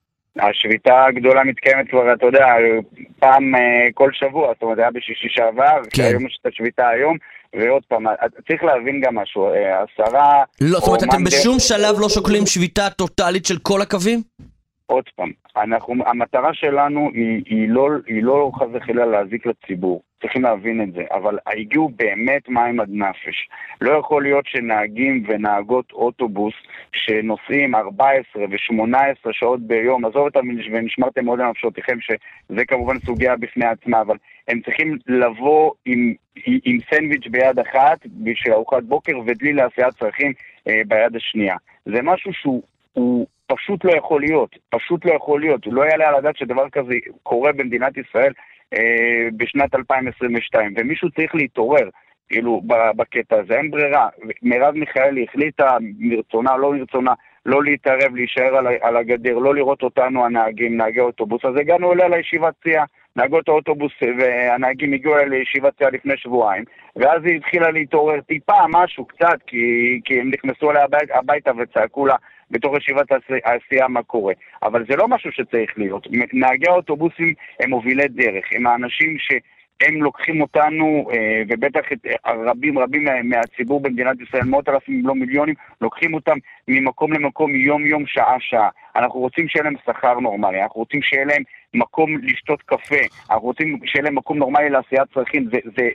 השביתה הגדולה מתקיימת כבר, אתה יודע, פעם כל שבוע, זאת אומרת, היה בשישי שעבר, שהיום יש את השביתה היום, ועוד פעם, צריך להבין גם משהו, השרה... לא, זאת אומרת, אתם בשום שלב לא שוקלים שביתה טוטלית של כל הקווים? עוד פעם, המטרה שלנו היא לא חס וחלילה להזיק לציבור, צריכים להבין את זה, אבל הגיעו באמת מים עד נפש. לא יכול להיות שנהגים ונהגות אוטובוס שנוסעים 14 ו-18 שעות ביום, עזוב אותם ונשמרתם מאוד לנפשותיכם, שזה כמובן סוגיה בפני עצמה, אבל הם צריכים לבוא עם סנדוויץ' ביד אחת בשביל ארוחת בוקר ודלי לעשיית צרכים ביד השנייה. זה משהו שהוא פשוט לא יכול להיות, פשוט לא יכול להיות. לא יעלה על הדעת שדבר כזה קורה במדינת ישראל בשנת 2022, ומישהו צריך להתעורר, כאילו, בקטע הזה. אין ברירה. מרב מיכאלי החליטה מרצונה, לא מרצונה, לא להתערב, להישאר על הגדר, לא לראות אותנו הנהגים, נהגי האוטובוס. אז הגענו אליה לישיבת סיעה. נהגות האוטובוס והנהגים הגיעו אליה לישיבת סיעה לפני שבועיים, ואז היא התחילה להתעורר טיפה, משהו קצת, כי הם נכנסו אליה הביתה וצעקו לה בתוך ישיבת העשייה מה קורה. אבל זה לא משהו שצריך להיות. נהגי האוטובוסים הם מובילי דרך, הם האנשים שהם לוקחים אותנו, ובטח רבים מהציבור במדינת ישראל, 100,000 אם לא מיליונים, לוקחים אותם ממקום למקום, יום שעה. אנחנו רוצים שיהיה להם שכר נורמלי, אנחנו רוצים שיהיה להם מקום לשתות קפה, אנחנו רוצים שיהיה להם מקום נורמלי לעשיית צרכים.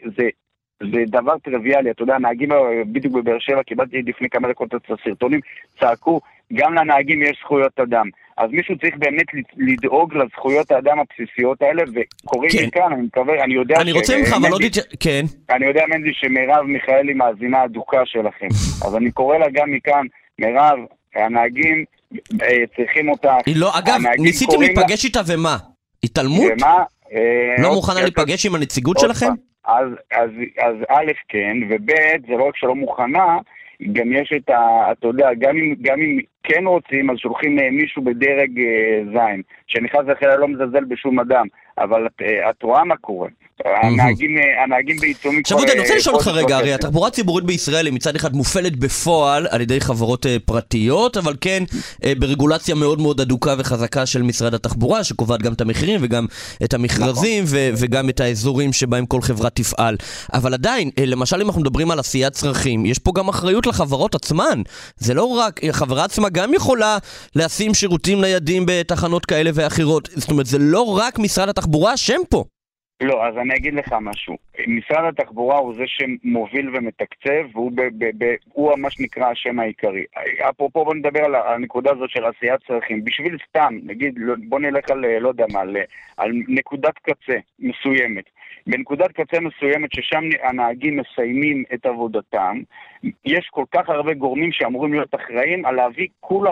זה דבר טריוויאלי, אתה יודע, נהגים בדיוק בבאר שבע, קיבלתי לפני כמה דקות את הסרטונים, צעקו, גם לנהגים יש זכויות אדם. אז מישהו צריך באמת לדאוג לזכויות האדם הבסיסיות האלה, וקוראים לי כאן, אני מקווה, אני יודע... אני רוצה ממך, אבל לא כן. אני יודע, מנדי, שמרב מיכאלי מאזינה הדוקה שלכם. אז אני קורא לה גם מכאן, מרב, הנהגים צריכים אותה... לא, אגב, ניסיתם להיפגש איתה ומה? התעלמות? ומה? לא מוכנה להיפגש עם הנציגות שלכם? אז א' כן, וב' זה לא רק שלא מוכנה, גם יש את אתה יודע, גם אם כן רוצים, אז שולחים מישהו בדרג זין, שנכנס אחרי לא מזלזל בשום אדם, אבל את רואה מה קורה. הנהגים בעיצומים... עכשיו, אני רוצה לשאול אותך רגע, הרי התחבורה הציבורית בישראל היא מצד אחד מופעלת בפועל על ידי חברות פרטיות, אבל כן ברגולציה מאוד מאוד אדוקה וחזקה של משרד התחבורה, שקובעת גם את המחירים וגם את המכרזים וגם את האזורים שבהם כל חברה תפעל. אבל עדיין, למשל אם אנחנו מדברים על עשיית צרכים, יש פה גם אחריות לחברות עצמן. זה לא רק, החברה עצמה גם יכולה לשים שירותים ניידים בתחנות כאלה ואחרות. זאת אומרת, זה לא רק משרד התחבורה שם פה. לא, אז אני אגיד לך משהו. משרד התחבורה הוא זה שמוביל ומתקצב, והוא מה שנקרא השם העיקרי. אפרופו בוא נדבר על הנקודה הזאת של עשיית צרכים. בשביל סתם, נגיד, בוא נלך על, לא יודע מה, על נקודת קצה מסוימת. בנקודת קצה מסוימת ששם הנהגים מסיימים את עבודתם, יש כל כך הרבה גורמים שאמורים להיות אחראים על להביא כולה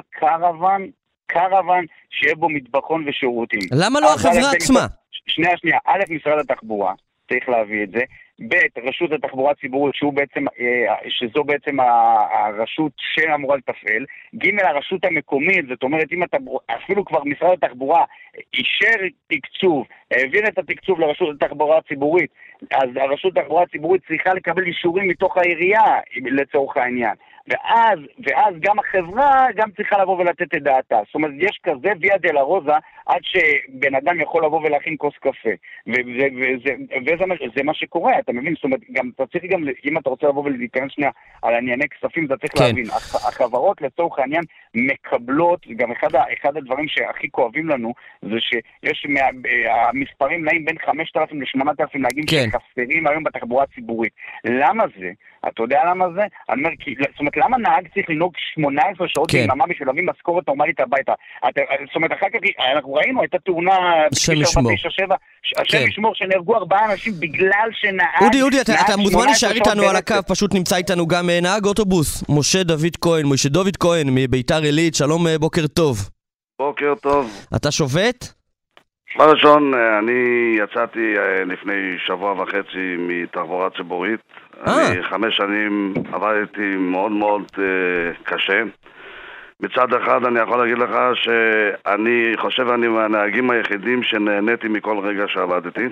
קרוון שיהיה בו מטבחון ושירותים. למה לא החברה עצמה? שנייה, א', משרד התחבורה, צריך להביא את זה, ב', רשות התחבורה הציבורית, שזו בעצם הרשות שאמורה לתפעל, ג', הרשות המקומית, זאת אומרת, אם אתה, אפילו כבר משרד התחבורה אישר תקצוב, העביר את התקצוב לרשות התחבורה הציבורית, אז הרשות התחבורה הציבורית צריכה לקבל אישורים מתוך העירייה, לצורך העניין. ואז גם החברה גם צריכה לבוא ולתת את דעתה. זאת אומרת, יש כזה ויה דולורוזה, עד שבן אדם יכול לבוא ולהכין כוס קפה. וזה מה שקורה, אתה מבין? זאת אומרת, אתה צריך גם, אם אתה רוצה לבוא ולהיכנס שנייה על ענייני כספים, אתה צריך להבין. החברות לצורך העניין מקבלות, גם אחד הדברים שהכי כואבים לנו, זה שיש המספרים נעים בין 5,000 ל-8,000 נהגים שחסרים היום בתחבורה הציבורית. למה זה? אתה יודע למה זה? אני אומר, זאת אומרת, למה נהג צריך לנהוג 18 שעות ביממה בשביל להביא משכורת נורמלית הביתה? זאת אומרת, אחר כך אנחנו ראינו, הייתה תאונה השם ישמור, שנהרגו 4 אנשים בגלל שנהג... אודי, אתה מוזמן להישאר איתנו על הקו, פשוט נמצא איתנו גם נהג אוטובוס, משה דוד כהן מביתר עילית, שלום, בוקר טוב. בוקר טוב. אתה שובת? ראשון, אני יצאתי לפני שבוע וחצי מתחבורה ציבורית. אני 5 שנים עבדתי מאוד מאוד קשה. מצד אחד אני יכול להגיד לך שאני חושב אני מהנהגים היחידים שנהניתי מכל רגע שעבדתי.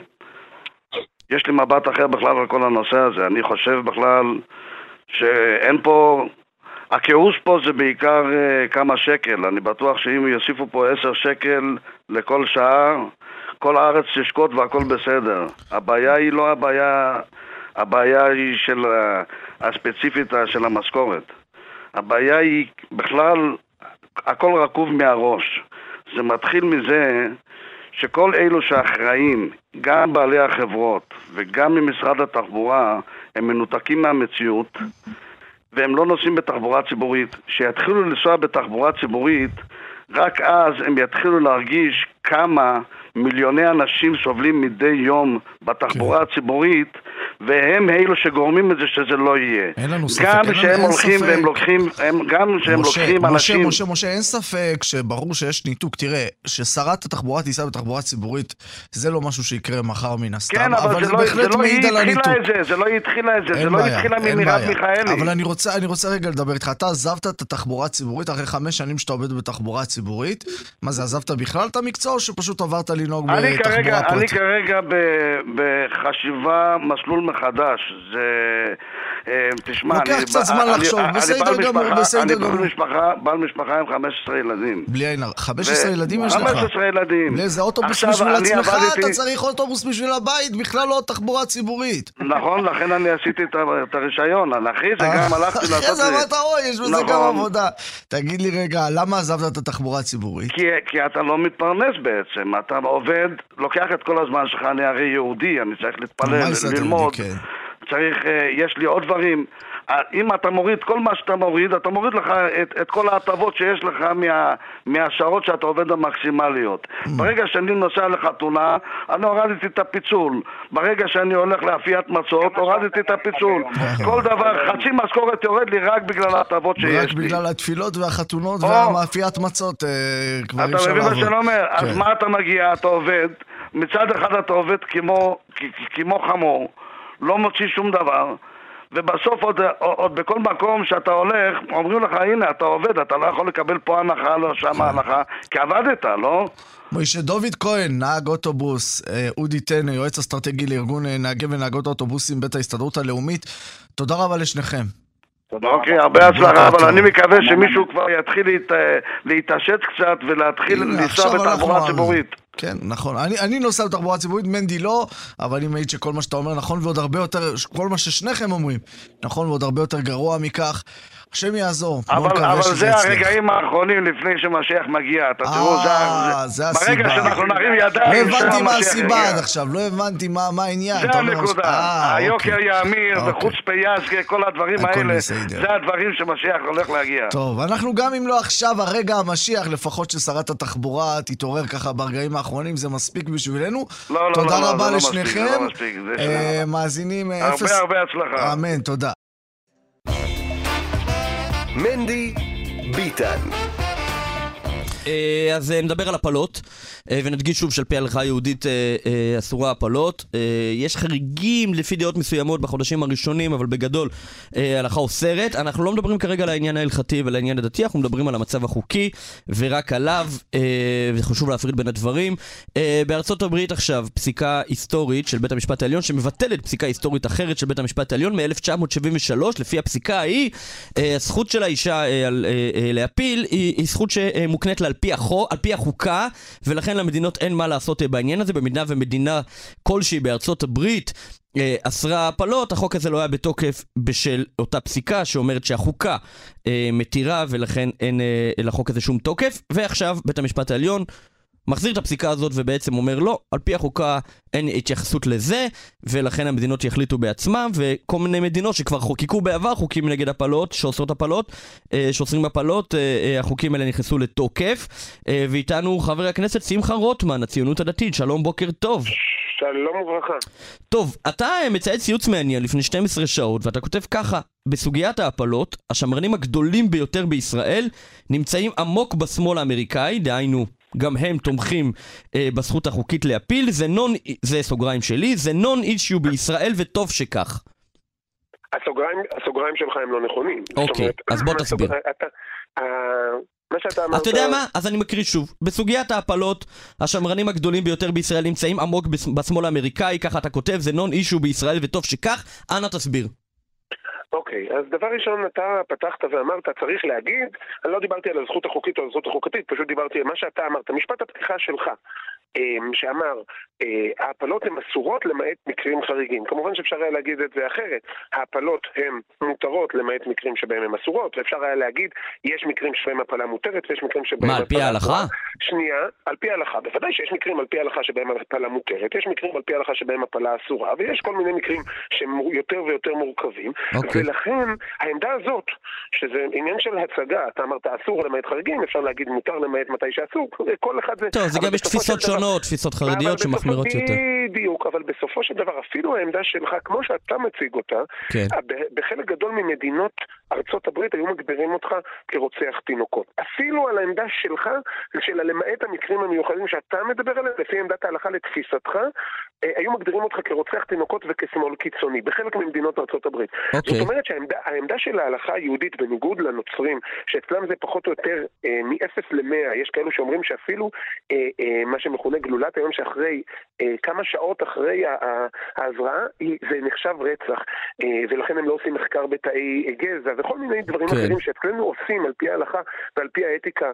יש לי מבט אחר בכלל על כל הנושא הזה. אני חושב בכלל שאין פה... הכאוס פה זה בעיקר כמה שקל. אני בטוח שאם יוסיפו פה 10 שקל לכל שעה, כל הארץ תשקוט והכל בסדר. הבעיה היא לא הבעיה היא של הספציפית של המשכורת. הבעיה היא בכלל, הכל רקוב מהראש. זה מתחיל מזה שכל אלו שאחראים, גם בעלי החברות וגם ממשרד התחבורה, הם מנותקים מהמציאות, והם לא נוסעים בתחבורה ציבורית. שיתחילו לנסוע בתחבורה ציבורית, רק אז הם יתחילו להרגיש כמה מיליוני אנשים סובלים מדי יום בתחבורה הציבורית, והם אלו שגורמים את זה שזה לא יהיה. אין לנו ספק. גם שהם הולכים והם לוקחים, גם שהם לוקחים אנשים... משה, אין ספק שברור שיש ניתוק. תראה, ששרת התחבורה תיסע בתחבורה ציבורית, זה לא משהו שיקרה מחר מן הסתם. כן, אבל זה בהחלט מעיד על הניתוק. זה לא התחילה ממרב מיכאלי. אבל אני רוצה רגע לדבר איתך. אתה עזבת את התחבורה הציבורית אחרי 5 שנים שאתה עובד בתחבורה ציבורית. מה זה, עזבת בכלל את המקצוע או שפשוט עברת לנהוג בתחבורה פרטית? אני כרגע בחשיבה מסלול מחדש. זה... תשמע, לוקח קצת זמן לחשוב, בסדר גמור, בסדר גמור. אני בעל משפחה עם 15 ילדים. בלי עין, 15 ילדים יש לך? 15 ילדים. זה אוטובוס בשביל עצמך, אתה צריך אוטובוס בשביל הבית, בכלל לא תחבורה ציבורית. נכון, לכן אני עשיתי את הרישיון, אחי זה גם הלכתי לעשות... אחרי זה אמרת, יש בזה גם עבודה. תגיד לי רגע, למה עזבת את התחבורה הציבורית? כי אתה לא מתפרנס בעצם, אתה עובד, לוקח את כל הזמן שלך, אני הרי יהודי, אני צריך להתפלל, ללמוד, יש לי עוד דברים. אם אתה מוריד כל מה שאתה מוריד, אתה מוריד לך את כל ההטבות שיש לך מהשעות שאתה עובד המקסימליות. ברגע שאני נוסע לחתונה, אני הורדתי את הפיצול. ברגע שאני הולך להפיית מצות, הורדתי את הפיצול. כל דבר, חצי משכורת יורד לי רק בגלל ההטבות שיש לי. רק בגלל התפילות והחתונות והמאפיית מצות כבר אי אפשר לעבוד. אתה מבין מה שאני אומר? אז מה אתה מגיע? אתה עובד, מצד אחד אתה עובד כמו חמור, לא מוציא שום דבר, ובסוף עוד בכל מקום שאתה הולך, אומרים לך, הנה, אתה עובד, אתה לא יכול לקבל פה הנחה, לא שם הנחה, כי עבדת, לא? משה דוד כהן, נהג אוטובוס, אודי טנא, יועץ אסטרטגי לארגון נהגי ונהגות אוטובוסים בית ההסתדרות הלאומית, תודה רבה לשניכם. אוקיי, הרבה הצלחה, אבל אני מקווה שמישהו כבר יתחיל להתעשת קצת ולהתחיל לנסוע בתחבורה ציבורית. כן, נכון. אני נוסע בתחבורה ציבורית, מנדי לא, אבל אני מעיד שכל מה שאתה אומר נכון ועוד הרבה יותר, כל מה ששניכם אומרים, נכון ועוד הרבה יותר גרוע מכך. השם יעזור. אבל זה הרגעים האחרונים לפני שמשיח מגיע. אתה תראו, זה הסיבה. ברגע שאנחנו נרים ידיים, לא הבנתי מה הסיבה עד עכשיו, לא הבנתי מה העניין. זה הנקודה. היוקר יאמיר, וחוץ פייס, כל הדברים האלה, זה הדברים שמשיח הולך להגיע. טוב, אנחנו גם אם לא עכשיו, הרגע המשיח, לפחות ששרת התחבורה תתעורר ככה ברגעים האחרונים, זה מספיק בשבילנו. תודה רבה לשניכם. מאזינים אפס. הרבה הצלחה. אמן, תודה. מנדי ביטן. אז נדבר על הפלות, ונדגיש שוב שעל פי ההלכה היהודית אסורה הפלות. יש חריגים לפי דעות מסוימות בחודשים הראשונים, אבל בגדול ההלכה אוסרת. אנחנו לא מדברים כרגע על העניין ההלכתי ועל העניין הדתי, אנחנו מדברים על המצב החוקי ורק עליו, וחשוב להפריד בין הדברים. בארצות הברית עכשיו פסיקה היסטורית של בית המשפט העליון שמבטלת פסיקה היסטורית אחרת של בית המשפט העליון מ-1973. לפי הפסיקה ההיא, הזכות של האישה להפיל היא זכות שמוקנית לה על פי החוקה, ולכן למדינות אין מה לעשות בעניין הזה. במידה ומדינה כלשהי בארצות הברית אסרה הפלות, החוק הזה לא היה בתוקף בשל אותה פסיקה שאומרת שהחוקה מתירה, ולכן אין לחוק הזה שום תוקף. ועכשיו בית המשפט העליון מחזיר את הפסיקה הזאת ובעצם אומר לא, על פי החוקה אין התייחסות לזה, ולכן המדינות יחליטו בעצמם, וכל מיני מדינות שכבר חוקקו בעבר חוקים נגד הפלות, שאוסרות הפלות, שאוסרים הפלות, החוקים האלה נכנסו לתוקף. ואיתנו חבר הכנסת שמחה רוטמן, הציונות הדתית. שלום, בוקר טוב. שלום וברכה. טוב, אתה מציין ציוץ מעניין לפני 12 שעות, ואתה כותב ככה: בסוגיית ההפלות, השמרנים הגדולים ביותר בישראל נמצאים עמוק בשמאל האמריקאי, דהיינו גם הם תומכים בזכות החוקית להפיל, זה סוגריים שלי, זה נון אישיו בישראל וטוב שכך. הסוגריים שלך הם לא נכונים. אוקיי, אז בוא תסביר. מה שאתה אמרת... אתה יודע מה? אז אני מקריא שוב. בסוגיית ההפלות, השמרנים הגדולים ביותר בישראל נמצאים עמוק בשמאל האמריקאי, ככה אתה כותב, זה נון אישיו בישראל וטוב שכך. אנא תסביר. אוקיי, אז דבר ראשון, אתה פתחת ואמרת, צריך להגיד, אני לא דיברתי על הזכות החוקית או הזכות החוקתית, פשוט דיברתי על מה שאתה אמרת, משפט הפתיחה שלך, שאמר, ההפלות הן אסורות למעט מקרים חריגים. כמובן שאפשר היה להגיד את זה אחרת, ההפלות הן מותרות למעט מקרים שבהם הן אסורות, ואפשר היה להגיד, יש מקרים שבהם הפלה מותרת ויש מקרים שבהם... מה, על פי ההלכה? שנייה, על פי ההלכה. בוודאי שיש מקרים על פי ההלכה שבהם הפלה מותרת, יש מקרים על פי ההלכה שבהם הפלה אסורה, ויש כל מיני מקרים שהם יותר ויותר מורכבים, ולכן העמדה הזאת, שזה עניין של הצגה, אתה אמרת אסור למעט חריגים, אפשר להגיד מותר למעט מתי שאסור, כל אחד זה... טוב, זה גם יש תפיסות שונות, תפיסות חרדיות שמחמירות יותר. בדיוק, אבל בסופו של דבר, אפילו העמדה שלך, כמו שאתה מציג אותה, בחלק גדול ממדינות ארצות הברית היו מגדירים אותך כרוצח תינוקות. אפילו על העמדה שלך, של למעט המקרים המיוחדים שאתה מדבר עליהם, לפי עמדת ההלכה לתפיסתך, היו מגדירים אותך כרוצח תינוקות וכשמאל קיצוני, בחלק ממדינות ארצות הברית. זאת אומרת שהעמדה של ההלכה היהודית, בניגוד לנוצרים, שאצלם זה פחות או יותר מ-0 ל-100, יש כאלו שאומרים שאפילו מה שמכונה גלולת היום, שאחרי כמה שעות אחרי ההזרעה, זה נחשב רצח, ולכן הם לא עושים מחקר בתאי גזע, וכל מיני דברים אחרים שאצלנו עושים על פי ההלכה ועל פי האתיקה,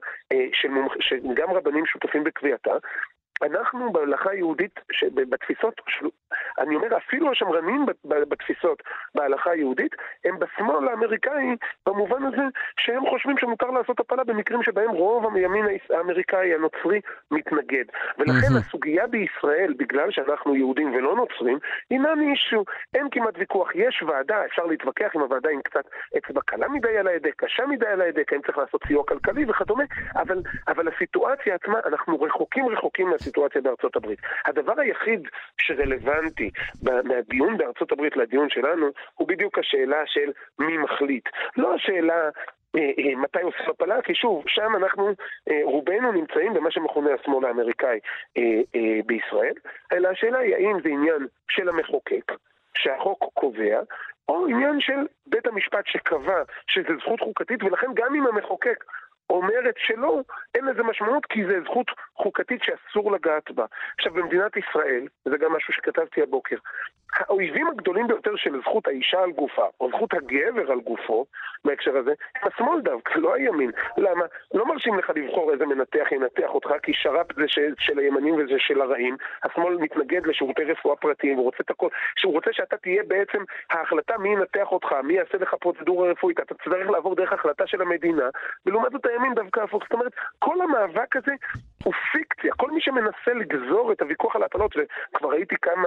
שגם רבנים שותפים בקביעתה. אנחנו בהלכה היהודית, בתפיסות, אני אומר, אפילו השמרנים בתפיסות בהלכה היהודית, הם בשמאל האמריקאי, במובן הזה שהם חושבים שמותר לעשות הפלה במקרים שבהם רוב הימין האמריקאי הנוצרי מתנגד. ולכן הסוגיה בישראל, בגלל שאנחנו יהודים ולא נוצרים, אינה מישהו, אין כמעט ויכוח. יש ועדה, אפשר להתווכח עם הוועדה עם קצת אצבע קלה מדי על הידק, קשה מדי על הידק, האם צריך לעשות סיוע כלכלי וכדומה, אבל הסיטואציה עצמה, אנחנו רחוקים מהסיטואציה בארצות הברית. הדבר היחיד שרלוונטי מהדיון בארצות הברית לדיון שלנו, הוא בדיוק השאלה של מי מחליט. לא השאלה מתי עושים הפלה, כי שוב, שם אנחנו רובנו נמצאים במה שמכונה השמאל האמריקאי בישראל, אלא השאלה היא האם זה עניין של המחוקק, שהחוק קובע, או עניין של בית המשפט שקבע שזה זכות חוקתית, ולכן גם אם המחוקק אומרת שלא, אין לזה משמעות, כי זה זכות חוקתית שאסור לגעת בה. עכשיו, במדינת ישראל, זה גם משהו שכתבתי הבוקר, האויבים הגדולים ביותר של זכות האישה על גופה, או זכות הגבר על גופו, בהקשר הזה, הם השמאל דווקא, לא הימין. למה? לא מרשים לך לבחור איזה מנתח ינתח אותך, כי שר"פ זה של הימנים וזה של הרעים. השמאל מתנגד לשירותי רפואה פרטיים, הוא רוצה את הכל, שהוא רוצה שאתה תהיה בעצם ההחלטה מי ינתח אותך, מי יעשה לך פרוצדורה רפואית, אתה צריך לעבור דרך החלטה של המדינה, ולעומת זאת הימין דווקא הפוך. זאת אומרת, כל המאבק הזה הוא פיקציה. כל מי שמנסה לגזור את הוויכוח על ההפלות, וכבר ראיתי כמה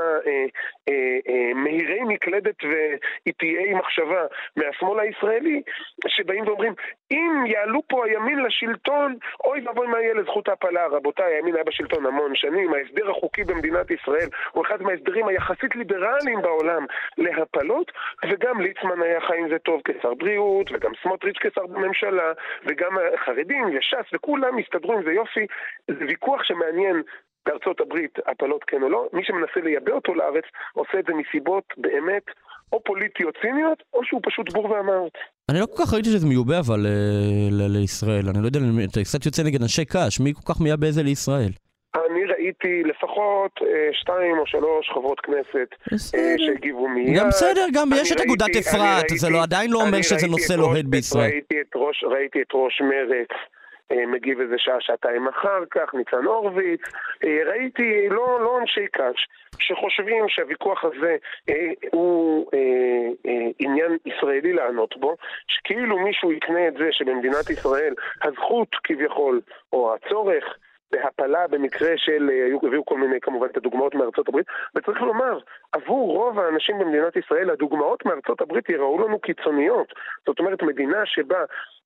מהירי מקלדת ואיטיים מחשבה מהשמאל הישראלי, שבאים ואומרים, אם יעלו פה הימין לשלטון, אוי ואבוי מה יהיה לזכות ההפלה. רבותיי, הימין היה בשלטון המון שנים, ההסדר החוקי במדינת ישראל הוא אחד מההסדרים היחסית ליברליים בעולם להפלות, וגם ליצמן היה חיים זה טוב כשר בריאות, וגם סמוטריץ' כשר בממשלה, וגם חרדים וש"ס, וכולם הסתדרו עם זה יופי. זה ויכוח שמעניין בארצות הברית, הפלות כן או לא. מי שמנסה לייבא אותו לארץ עושה את זה מסיבות באמת או פוליטיות ציניות, או שהוא פשוט בור ואמרת. אני לא כל כך ראיתי שזה מיובא אבל לישראל. אני לא יודע, אתה קצת יוצא נגד אנשי קש, מי כל כך מייבא זה לישראל? אני ראיתי לפחות 2 או 3 חברות כנסת שהגיבו מיד. גם בסדר, גם יש את אגודת אפרת, זה עדיין לא אומר שזה נושא לוהד בישראל. ראיתי את ראש מרץ מגיב איזה שעתיים אחר כך, ניצן הורוביץ, ראיתי לא אנשי קש, שחושבים שהוויכוח הזה הוא עניין ישראלי לענות בו, שכאילו מישהו יקנה את זה שבמדינת ישראל הזכות כביכול, או הצורך, בהפלה במקרה של, הביאו כל מיני כמובן את הדוגמאות מארצות הברית, וצריך לומר, עבור רוב האנשים במדינת ישראל, הדוגמאות מארצות הברית יראו לנו קיצוניות. זאת אומרת, מדינה שבה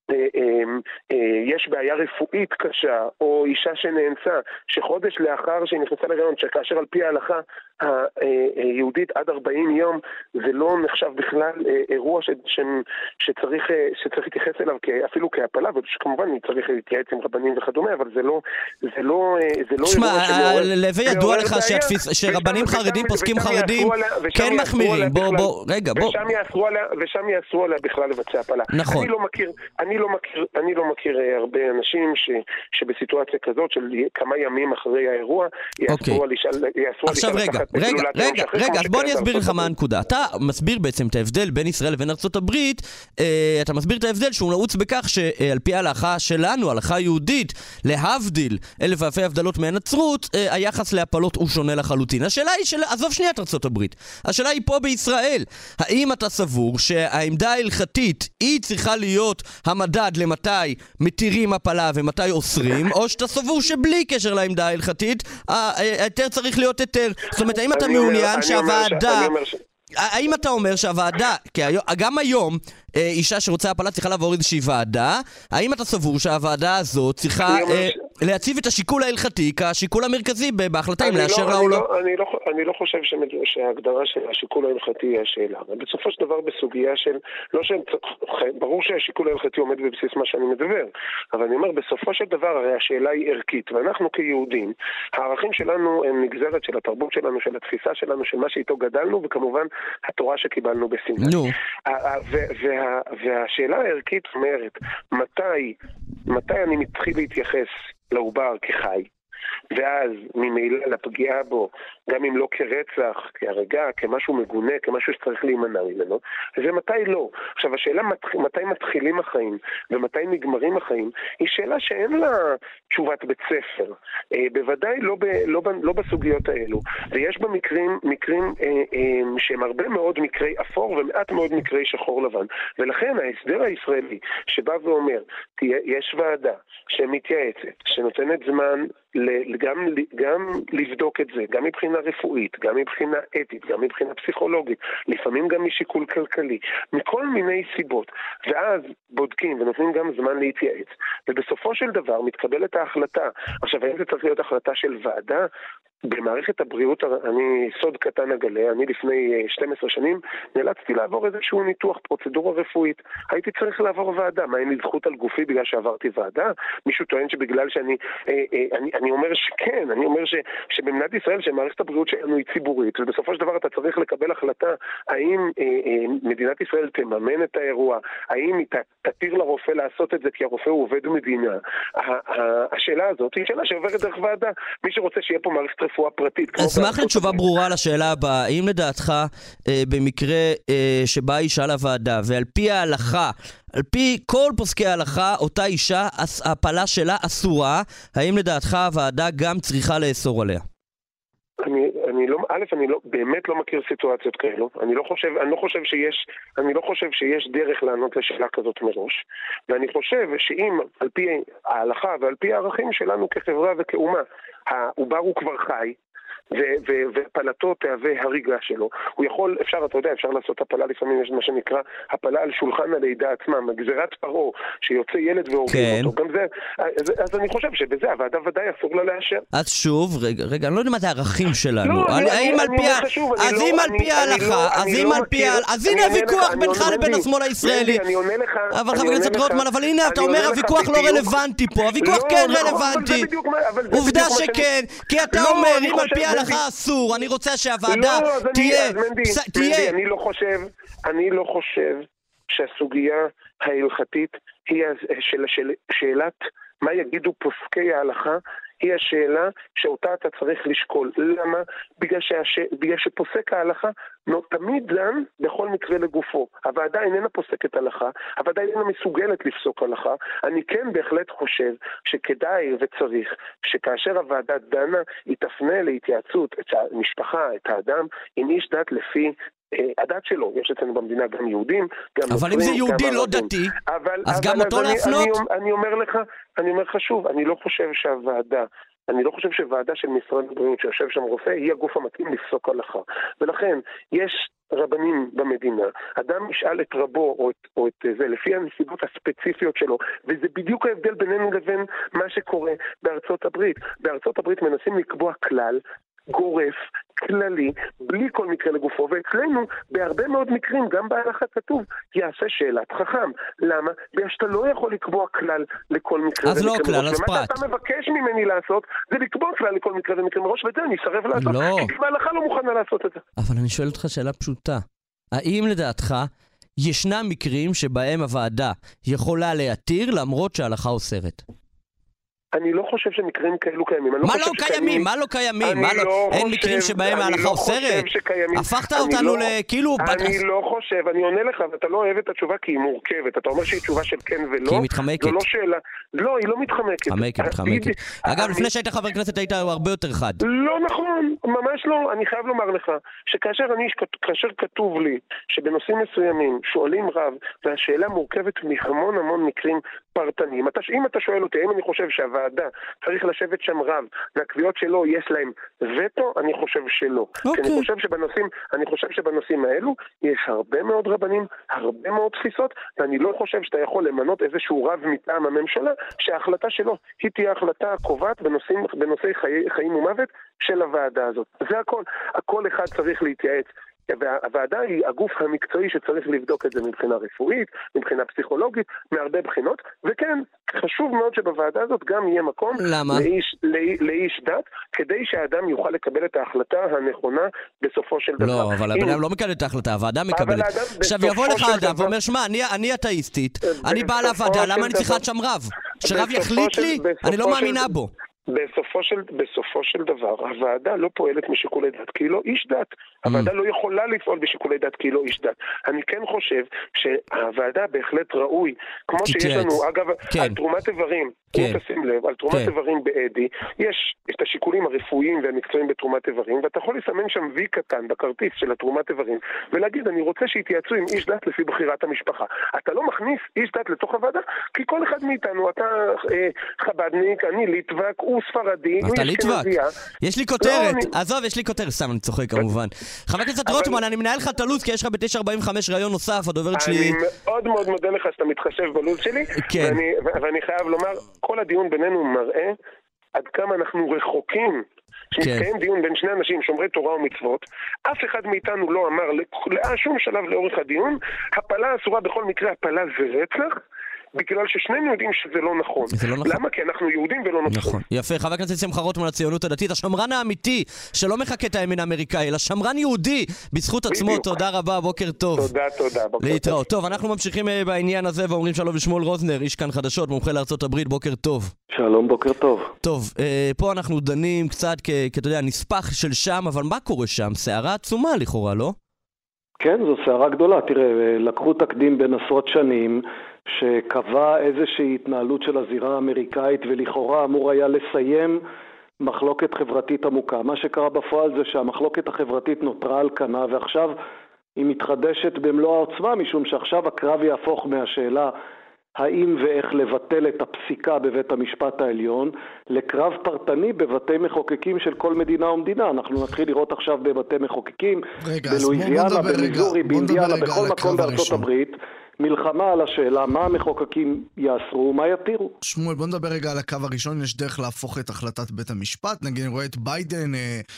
יש בעיה רפואית קשה, או אישה שנאנסה, שחודש לאחר שהיא נכנסה להיריון, שכאשר על פי ההלכה היהודית עד 40 יום, זה לא נחשב בכלל אירוע שצריך להתייחס אליו אפילו כהפלה, וכמובן צריך להתייעץ עם רבנים וכדומה, אבל זה לא תשמע, לוי ידוע לך שרבנים חרדים פוסקים חרדים כן מחמירים, רגע, ושם יאסרו עליה בכלל לבצע הפלה. נכון. אני לא מכיר הרבה אנשים שבסיטואציה כזאת של כמה ימים אחרי האירוע יאסרו על אישה עכשיו רגע, אז בוא אני אסביר לך מה הנקודה. אתה מסביר בעצם את ההבדל בין ישראל לבין ארצות הברית, אתה מסביר את ההבדל שהוא נעוץ בכך שעל פי ההלכה שלנו, ההלכה היהודית, להבדיל אלף ואלפי הבדלות מהנצרות, היחס להפלות הוא שונה לחלוטין. השאלה היא עזוב שנייה את ארצות הברית, השאלה היא פה בישראל, האם אתה סבור שהעמדה ההלכתית היא צריכה להיות המדד למתי מתירים הפלה ומתי אוסרים, או שאתה סבור שבלי קשר לעמדה ההלכתית היתר צריך להיות היתר? זאת אומרת, האם אתה מעוניין שהוועדה, האם אתה אומר שהוועדה, כי גם היום אישה שרוצה הפלה צריכה לעבור איזושהי ועדה, האם אתה סבור שהוועדה הזאת צריכה להציב את השיקול ההלכתי כשיקול המרכזי בהחלטה אם לאשר לה או לא? אני לא חושב שההגדרה של השיקול ההלכתי היא השאלה. בסופו של דבר בסוגיה של, ברור שהשיקול ההלכתי עומד בבסיס מה שאני מדבר, אבל אני אומר, בסופו של דבר הרי השאלה היא ערכית, ואנחנו כיהודים, הערכים שלנו הם נגזרת של התרבות שלנו, של התפיסה שלנו, של מה שאיתו גדלנו, וכמובן התורה שקיבלנו בסיני. והשאלה הערכית אומרת, מתי אני מתחיל להתייחס לעובר כחי, ואז ממילא לפגיעה בו, גם אם לא כרצח, כהרגה, כמשהו מגונה, כמשהו שצריך להימנע ממנו, ומתי לא. עכשיו, השאלה מתי מתחילים החיים ומתי נגמרים החיים, היא שאלה שאין לה תשובת בית ספר. בוודאי לא בסוגיות האלו. ויש בה מקרים שהם הרבה מאוד מקרי אפור ומעט מאוד מקרי שחור לבן. ולכן ההסדר הישראלי שבא ואומר, יש ועדה שמתייעצת, שנותנת זמן גם לבדוק את זה, גם מבחינה רפואית, גם מבחינה אתית, גם מבחינה פסיכולוגית, לפעמים גם משיקול כלכלי, מכל מיני סיבות, ואז בודקים ונותנים גם זמן להתייעץ, ובסופו של דבר מתקבלת ההחלטה. עכשיו, האם זה צריך להיות החלטה של ועדה? במערכת הבריאות, אני סוד קטן אגלה, אני לפני 12 שנים נאלצתי לעבור איזשהו ניתוח, פרוצדורה רפואית. הייתי צריך לעבור ועדה. מה, אין לי זכות על גופי בגלל שעברתי ועדה? מישהו טוען שבגלל אני אומר שכן, אני אומר שבמדינת ישראל, שמערכת הבריאות שלנו היא ציבורית, ובסופו של דבר אתה צריך לקבל החלטה, האם מדינת ישראל תממן את האירוע, האם היא תתיר לרופא לעשות את זה, כי הרופא הוא עובד מדינה. השאלה הזאת היא שאלה שעוברת דרך ועדה. מי שרוצה שיהיה פה מערכת רפואה פרטית. אשמח לתשובה ברורה לשאלה הבאה. האם לדעתך במקרה שבה אישה לוועדה, ועל פי ההלכה, על פי כל פוסקי ההלכה, אותה אישה, ההפלה שלה אסורה, האם לדעתך הוועדה גם צריכה לאסור עליה? אני באמת לא מכיר סיטואציות כאלו. אני לא חושב שיש דרך לענות לשאלה כזאת מראש. ואני חושב שאם על פי ההלכה ועל פי הערכים שלנו כחברה וכאומה, העובר הוא כבר חי, ופלתו תהווה הריגה שלו. הוא יכול, אפשר לעשות הפלה, לפעמים יש מה שנקרא הפלה על שולחן הלידה עצמה, מגזרת פרעה, שיוצא ילד והורגים אותו. גם זה, אז אני חושב שבזה הוועדה ודאי אסור לה לאשר. אז שוב, רגע, אני לא יודע מה זה הערכים שלנו. האם על פי ההלכה, אז הנה הוויכוח בינך לבין השמאל הישראלי. אבל חבר הכנסת רוטמן, אבל הנה אתה אומר הוויכוח לא רלוונטי פה, הוויכוח כן רלוונטי. עובדה שכן, כי אתה אומר, אם על פי ההלכה אסור, אני רוצה שהוועדה תהיה... אני לא חושב שהסוגיה ההלכתית היא של שאלת מה יגידו פוסקי ההלכה, היא השאלה שאותה אתה צריך לשקול. למה? בגלל שפוסק ההלכה תמיד דן בכל מקרה לגופו. הוועדה איננה פוסקת הלכה, הוועדה איננה מסוגלת לפסוק הלכה. אני כן בהחלט חושב שכדאי וצריך שכאשר הוועדה דנה, היא תפנה להתייעצות את המשפחה, את האדם, עם איש דת לפי הדת שלו. יש אצלנו במדינה גם יהודים, גם אבל אם זה יהודי לא דתי, אז גם אותו להפנות? אני אומר לך שוב, אני לא חושב שוועדה של משרד הבריאות שיושב שם רופא היא הגוף המתאים לפסוק הלכה. ולכן יש רבנים במדינה, אדם ישאל את רבו או את זה לפי הנסיבות הספציפיות שלו, וזה בדיוק ההבדל בינינו לבין מה שקורה בארצות הברית. בארצות הברית מנסים לקבוע כלל גורף, כללי, בלי כל מקרה לגופו, ואצלנו בהרבה מאוד מקרים, גם בהלכה כתוב, יעשה שאלת חכם. למה? בגלל שאתה לא יכול לקבוע כלל לכל מקרה. אז לא כלל, אז פרט. ומה שאתה מבקש ממני לעשות, זה לקבוע כלל לכל מקרה ומקרה מראש, וזה אני אסרב לעשות. לא. כי בהלכה לא מוכנה לעשות את זה. אבל אני שואל אותך שאלה פשוטה. האם לדעתך ישנם מקרים שבהם הוועדה יכולה להתיר למרות שההלכה אוסרת? אני לא חושב שמקרים כאלו קיימים. מה לא קיימים? מה לא קיימים? אין מקרים שבהם ההלכה אוסרת? הפכת אותנו לכאילו... אני לא חושב, אני עונה לך, ואתה לא אוהב את התשובה כי היא מורכבת. אתה אומר שהיא תשובה של כן ולא. כי היא מתחמקת. זו לא שאלה. לא, היא לא מתחמקת. מתחמקת. אגב, לפני שהיית חבר כנסת היית הרבה יותר חד. לא נכון, ממש לא. אני חייב לומר לך, שכאשר כתוב לי שבנושאים מסוימים שואלים רב, והשאלה מורכבת מהמון המון מקרים פרטניים. אם אתה שואל אותי, האם אני חושב שהוועדה צריך לשבת שם רב, והקביעות שלו יש להם וטו, אני חושב שלא. כי אני חושב שבנושאים האלו יש הרבה מאוד רבנים, הרבה מאוד תפיסות, ואני לא חושב שאתה יכול למנות איזשהו רב מטעם הממשלה, שההחלטה שלו היא תהיה החלטה קובעת בנושאי חיים ומוות של הוועדה הזאת. זה הכל. הכל אחד צריך להתייעץ. והוועדה היא הגוף המקצועי שצריך לבדוק את זה מבחינה רפואית, מבחינה פסיכולוגית, מהרבה בחינות, וכן, חשוב מאוד שבוועדה הזאת גם יהיה מקום לאיש דת, כדי שהאדם יוכל לקבל את ההחלטה הנכונה בסופו של דבר. לא, אבל האדם לא מקבל את ההחלטה, הוועדה מקבלת. עכשיו יבוא לך אדם ואומר, שמע, אני אתאיסטית, אני באה לוועדה, למה אני צריכה שם רב? שרב יחליט לי? אני לא מאמינה בו. בסופו של דבר, הוועדה לא פועלת משיקולי דת, כי היא לא איש דת. הוועדה לא יכולה לפעול בשיקולי דת, כי היא לא איש דת. אני כן חושב שהוועדה בהחלט ראוי, כמו שיש לנו, אגב, על תרומת איברים, תשים לב, על תרומת איברים באדי, יש את השיקולים הרפואיים והמקצועיים בתרומת איברים, ואתה יכול לסמן שם וי קטן בכרטיס של התרומת איברים, ולהגיד, אני רוצה שיתייעצו עם איש דת לפי בחירת המשפחה. אתה לא מכניס איש דת לתוך הוועדה, כי כל אחד מאיתנו, אתה חבדניק, אני ליטבק, הוא ספרדי, אתה ליטבק. יש לי כותרת, עזוב, יש לי כותרת, סתם, אני צוחק כמובן. חבר הכנסת רוטמן, אני מנהל לך את הלו"ז, כי יש לך ב-9:45 ראיון נוסף, הדוברת שלי... אני מאוד מאוד מודה לך שאתה מתחשב בלו"ז שלי, ואני חייב לומר, כל הדיון בינינו מראה עד כמה אנחנו רחוקים שמתקיים דיון בין שני אנשים שומרי תורה ומצוות. אף אחד מאיתנו לא אמר לשום שלב לאורך הדיון, הפלה אסורה בכל מקרה, הפלה זה רצח, בגלל ששנינו יודעים שזה לא נכון. למה? כי אנחנו יהודים ולא נוצרים. נכון. יפה, חבר הכנסת שמחה רוטמן, הציונות הדתית, השמרן האמיתי, שלא מחכה את הימין האמריקאי, אלא שמרן יהודי, בזכות עצמו. תודה רבה, בוקר טוב. תודה. להתראות. טוב, אנחנו ממשיכים בעניין הזה, ואומרים שלום לשמואל רוזנר, איש כאן חדשות, מומחה לארצות הברית, בוקר טוב. שלום, בוקר טוב. טוב, פה אנחנו דנים קצת, אתה יודע, נספח של שם, אבל מה קורה שם? סערה עצומה לכאורה, לא? כן, זו סערה גדולה. תראה, לקחו תקדים בין עשרות שנים, שקבע איזושהי התנהלות של הזירה האמריקאית ולכאורה אמור היה לסיים מחלוקת חברתית עמוקה. מה שקרה בפועל זה שהמחלוקת החברתית נותרה על כנה ועכשיו היא מתחדשת במלוא העוצמה, משום שעכשיו הקרב יהפוך מהשאלה האם ואיך לבטל את הפסיקה בבית המשפט העליון לקרב פרטני בבתי מחוקקים של כל מדינה ומדינה. אנחנו נתחיל לראות עכשיו בבתי מחוקקים בלואיזיאנה, במיזורי, באינדיאנה, בכל מקום בארצות הברית, מלחמה על השאלה מה המחוקקים יאסרו ומה יתירו. שמואל, בוא נדבר רגע על הקו הראשון. יש דרך להפוך את החלטת בית המשפט? נגיד, אני רואה את ביידן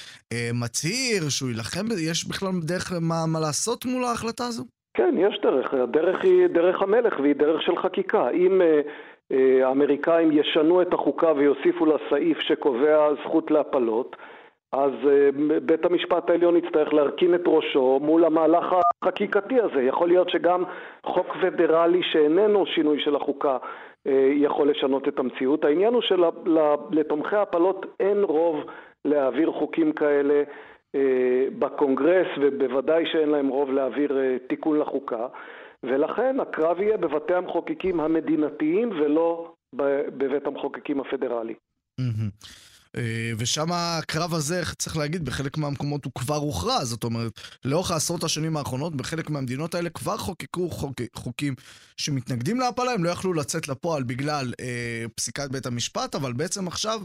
מצהיר שהוא ילחם, יש בכלל דרך מה לעשות מול ההחלטה הזו? כן, יש דרך. הדרך היא דרך המלך והיא דרך של חקיקה. אם האמריקאים ישנו את החוקה ויוסיפו לה סעיף שקובע זכות להפלות, אז בית המשפט העליון יצטרך להרכין את ראשו מול המהלך החקיקתי הזה. יכול להיות שגם חוק פדרלי שאיננו שינוי של החוקה יכול לשנות את המציאות. העניין הוא שלתומכי הפלות אין רוב להעביר חוקים כאלה בקונגרס, ובוודאי שאין להם רוב להעביר תיקון לחוקה, ולכן הקרב יהיה בבתי המחוקקים המדינתיים ולא בבית המחוקקים הפדרלי. ושם הקרב הזה, צריך להגיד, בחלק מהמקומות הוא כבר הוכרע. זאת אומרת, לאורך העשרות השנים האחרונות, בחלק מהמדינות האלה כבר חוקקו חוקים שמתנגדים להפלה, הם לא יכלו לצאת לפועל בגלל פסיקת בית המשפט, אבל בעצם עכשיו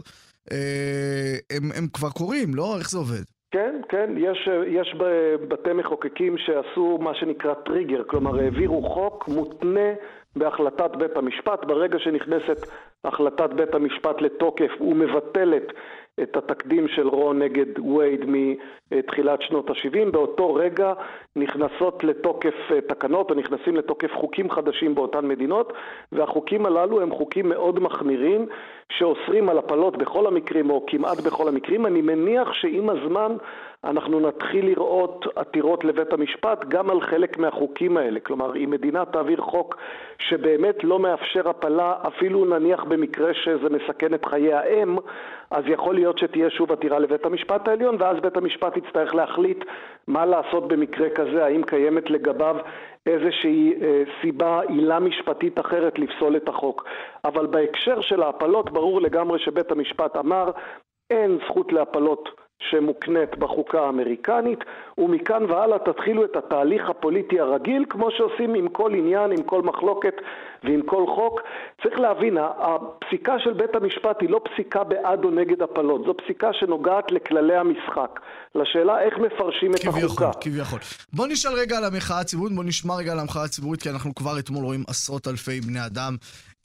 הם כבר קוראים, לא? איך זה עובד? כן, כן, יש בתי מחוקקים שעשו מה שנקרא טריגר, כלומר העבירו חוק מותנה בהחלטת בית המשפט. ברגע שנכנסת החלטת בית המשפט לתוקף ומבטלת את התקדים של רו נגד וייד מתחילת שנות ה-70, באותו רגע נכנסות לתוקף תקנות או נכנסים לתוקף חוקים חדשים באותן מדינות, והחוקים הללו הם חוקים מאוד מחמירים שאוסרים על הפלות בכל המקרים או כמעט בכל המקרים. אני מניח שעם הזמן אנחנו נתחיל לראות עתירות לבית המשפט גם על חלק מהחוקים האלה. כלומר, אם מדינה תעביר חוק שבאמת לא מאפשר הפלה, אפילו נניח במקרה שזה מסכן את חיי האם, אז יכול להיות שתהיה שוב עתירה לבית המשפט העליון, ואז בית המשפט יצטרך להחליט מה לעשות במקרה כזה, האם קיימת לגביו איזושהי סיבה, עילה משפטית אחרת לפסול את החוק. אבל בהקשר של ההפלות ברור לגמרי שבית המשפט אמר אין זכות להפלות שמוקנית בחוקה האמריקנית, ומכאן והלאה תתחילו את התהליך הפוליטי הרגיל, כמו שעושים עם כל עניין, עם כל מחלוקת ועם כל חוק. צריך להבין, הפסיקה של בית המשפט היא לא פסיקה בעד או נגד הפלות, זו פסיקה שנוגעת לכללי המשחק, לשאלה איך מפרשים את החוקה. כביכול. בוא נשאל רגע על המחאה הציבורית, בוא נשמע רגע על המחאה הציבורית, כי אנחנו כבר אתמול רואים עשרות אלפי בני אדם,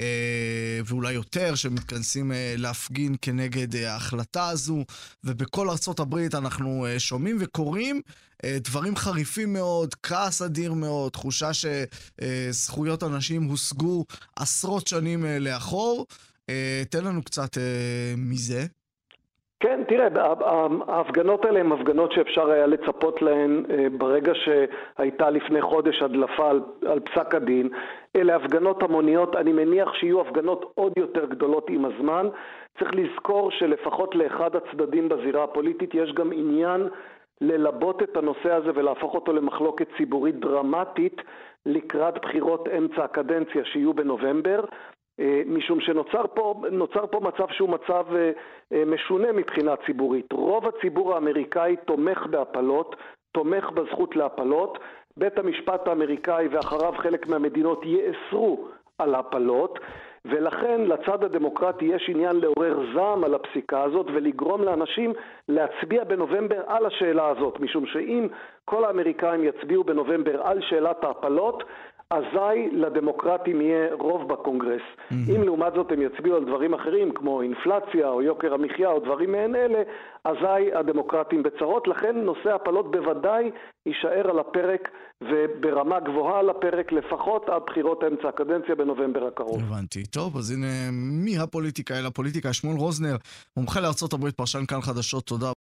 ואולי יותר, שמתכנסים להפגין כנגד ההחלטה הזו, ובכל ארצות הברית אנחנו שומעים וקוראים דברים חריפים מאוד, כעס אדיר מאוד, תחושה שזכויות אנשים הושגו עשרות שנים לאחור. תן לנו קצת מזה. כן, תראה, ההפגנות האלה הן הפגנות שאפשר היה לצפות להן ברגע שהייתה לפני חודש הדלפה על פסק הדין. אלה הפגנות המוניות, אני מניח שיהיו הפגנות עוד יותר גדולות עם הזמן. צריך לזכור שלפחות לאחד הצדדים בזירה הפוליטית יש גם עניין ללבות את הנושא הזה ולהפוך אותו למחלוקת ציבורית דרמטית לקראת בחירות אמצע הקדנציה שיהיו בנובמבר. משום שנוצר פה מצב שהוא מצב משונה מבחינה ציבורית. רוב הציבור האמריקאי תומך בהפלות, תומך בזכות להפלות. בית המשפט האמריקאי ואחריו חלק מהמדינות יאסרו על הפלות, ולכן לצד הדמוקרטי יש עניין לעורר זעם על הפסיקה הזאת ולגרום לאנשים להצביע בנובמבר על השאלה הזאת, משום שאם כל האמריקאים יצביעו בנובמבר על שאלת ההפלות, אזי לדמוקרטים יהיה רוב בקונגרס. אם לעומת זאת הם יצביעו על דברים אחרים כמו אינפלציה או יוקר המחיה או דברים מעין אלה, אזי הדמוקרטים בצרות. לכן נושא הפלות בוודאי יישאר על הפרק וברמה גבוהה על הפרק לפחות עד בחירות אמצע הקדנציה בנובמבר הקרוב. הבנתי. טוב, אז הנה מהפוליטיקה אל הפוליטיקה, שמואל רוזנר, מומחה לארצות הברית, פרשן כאן חדשות, תודה.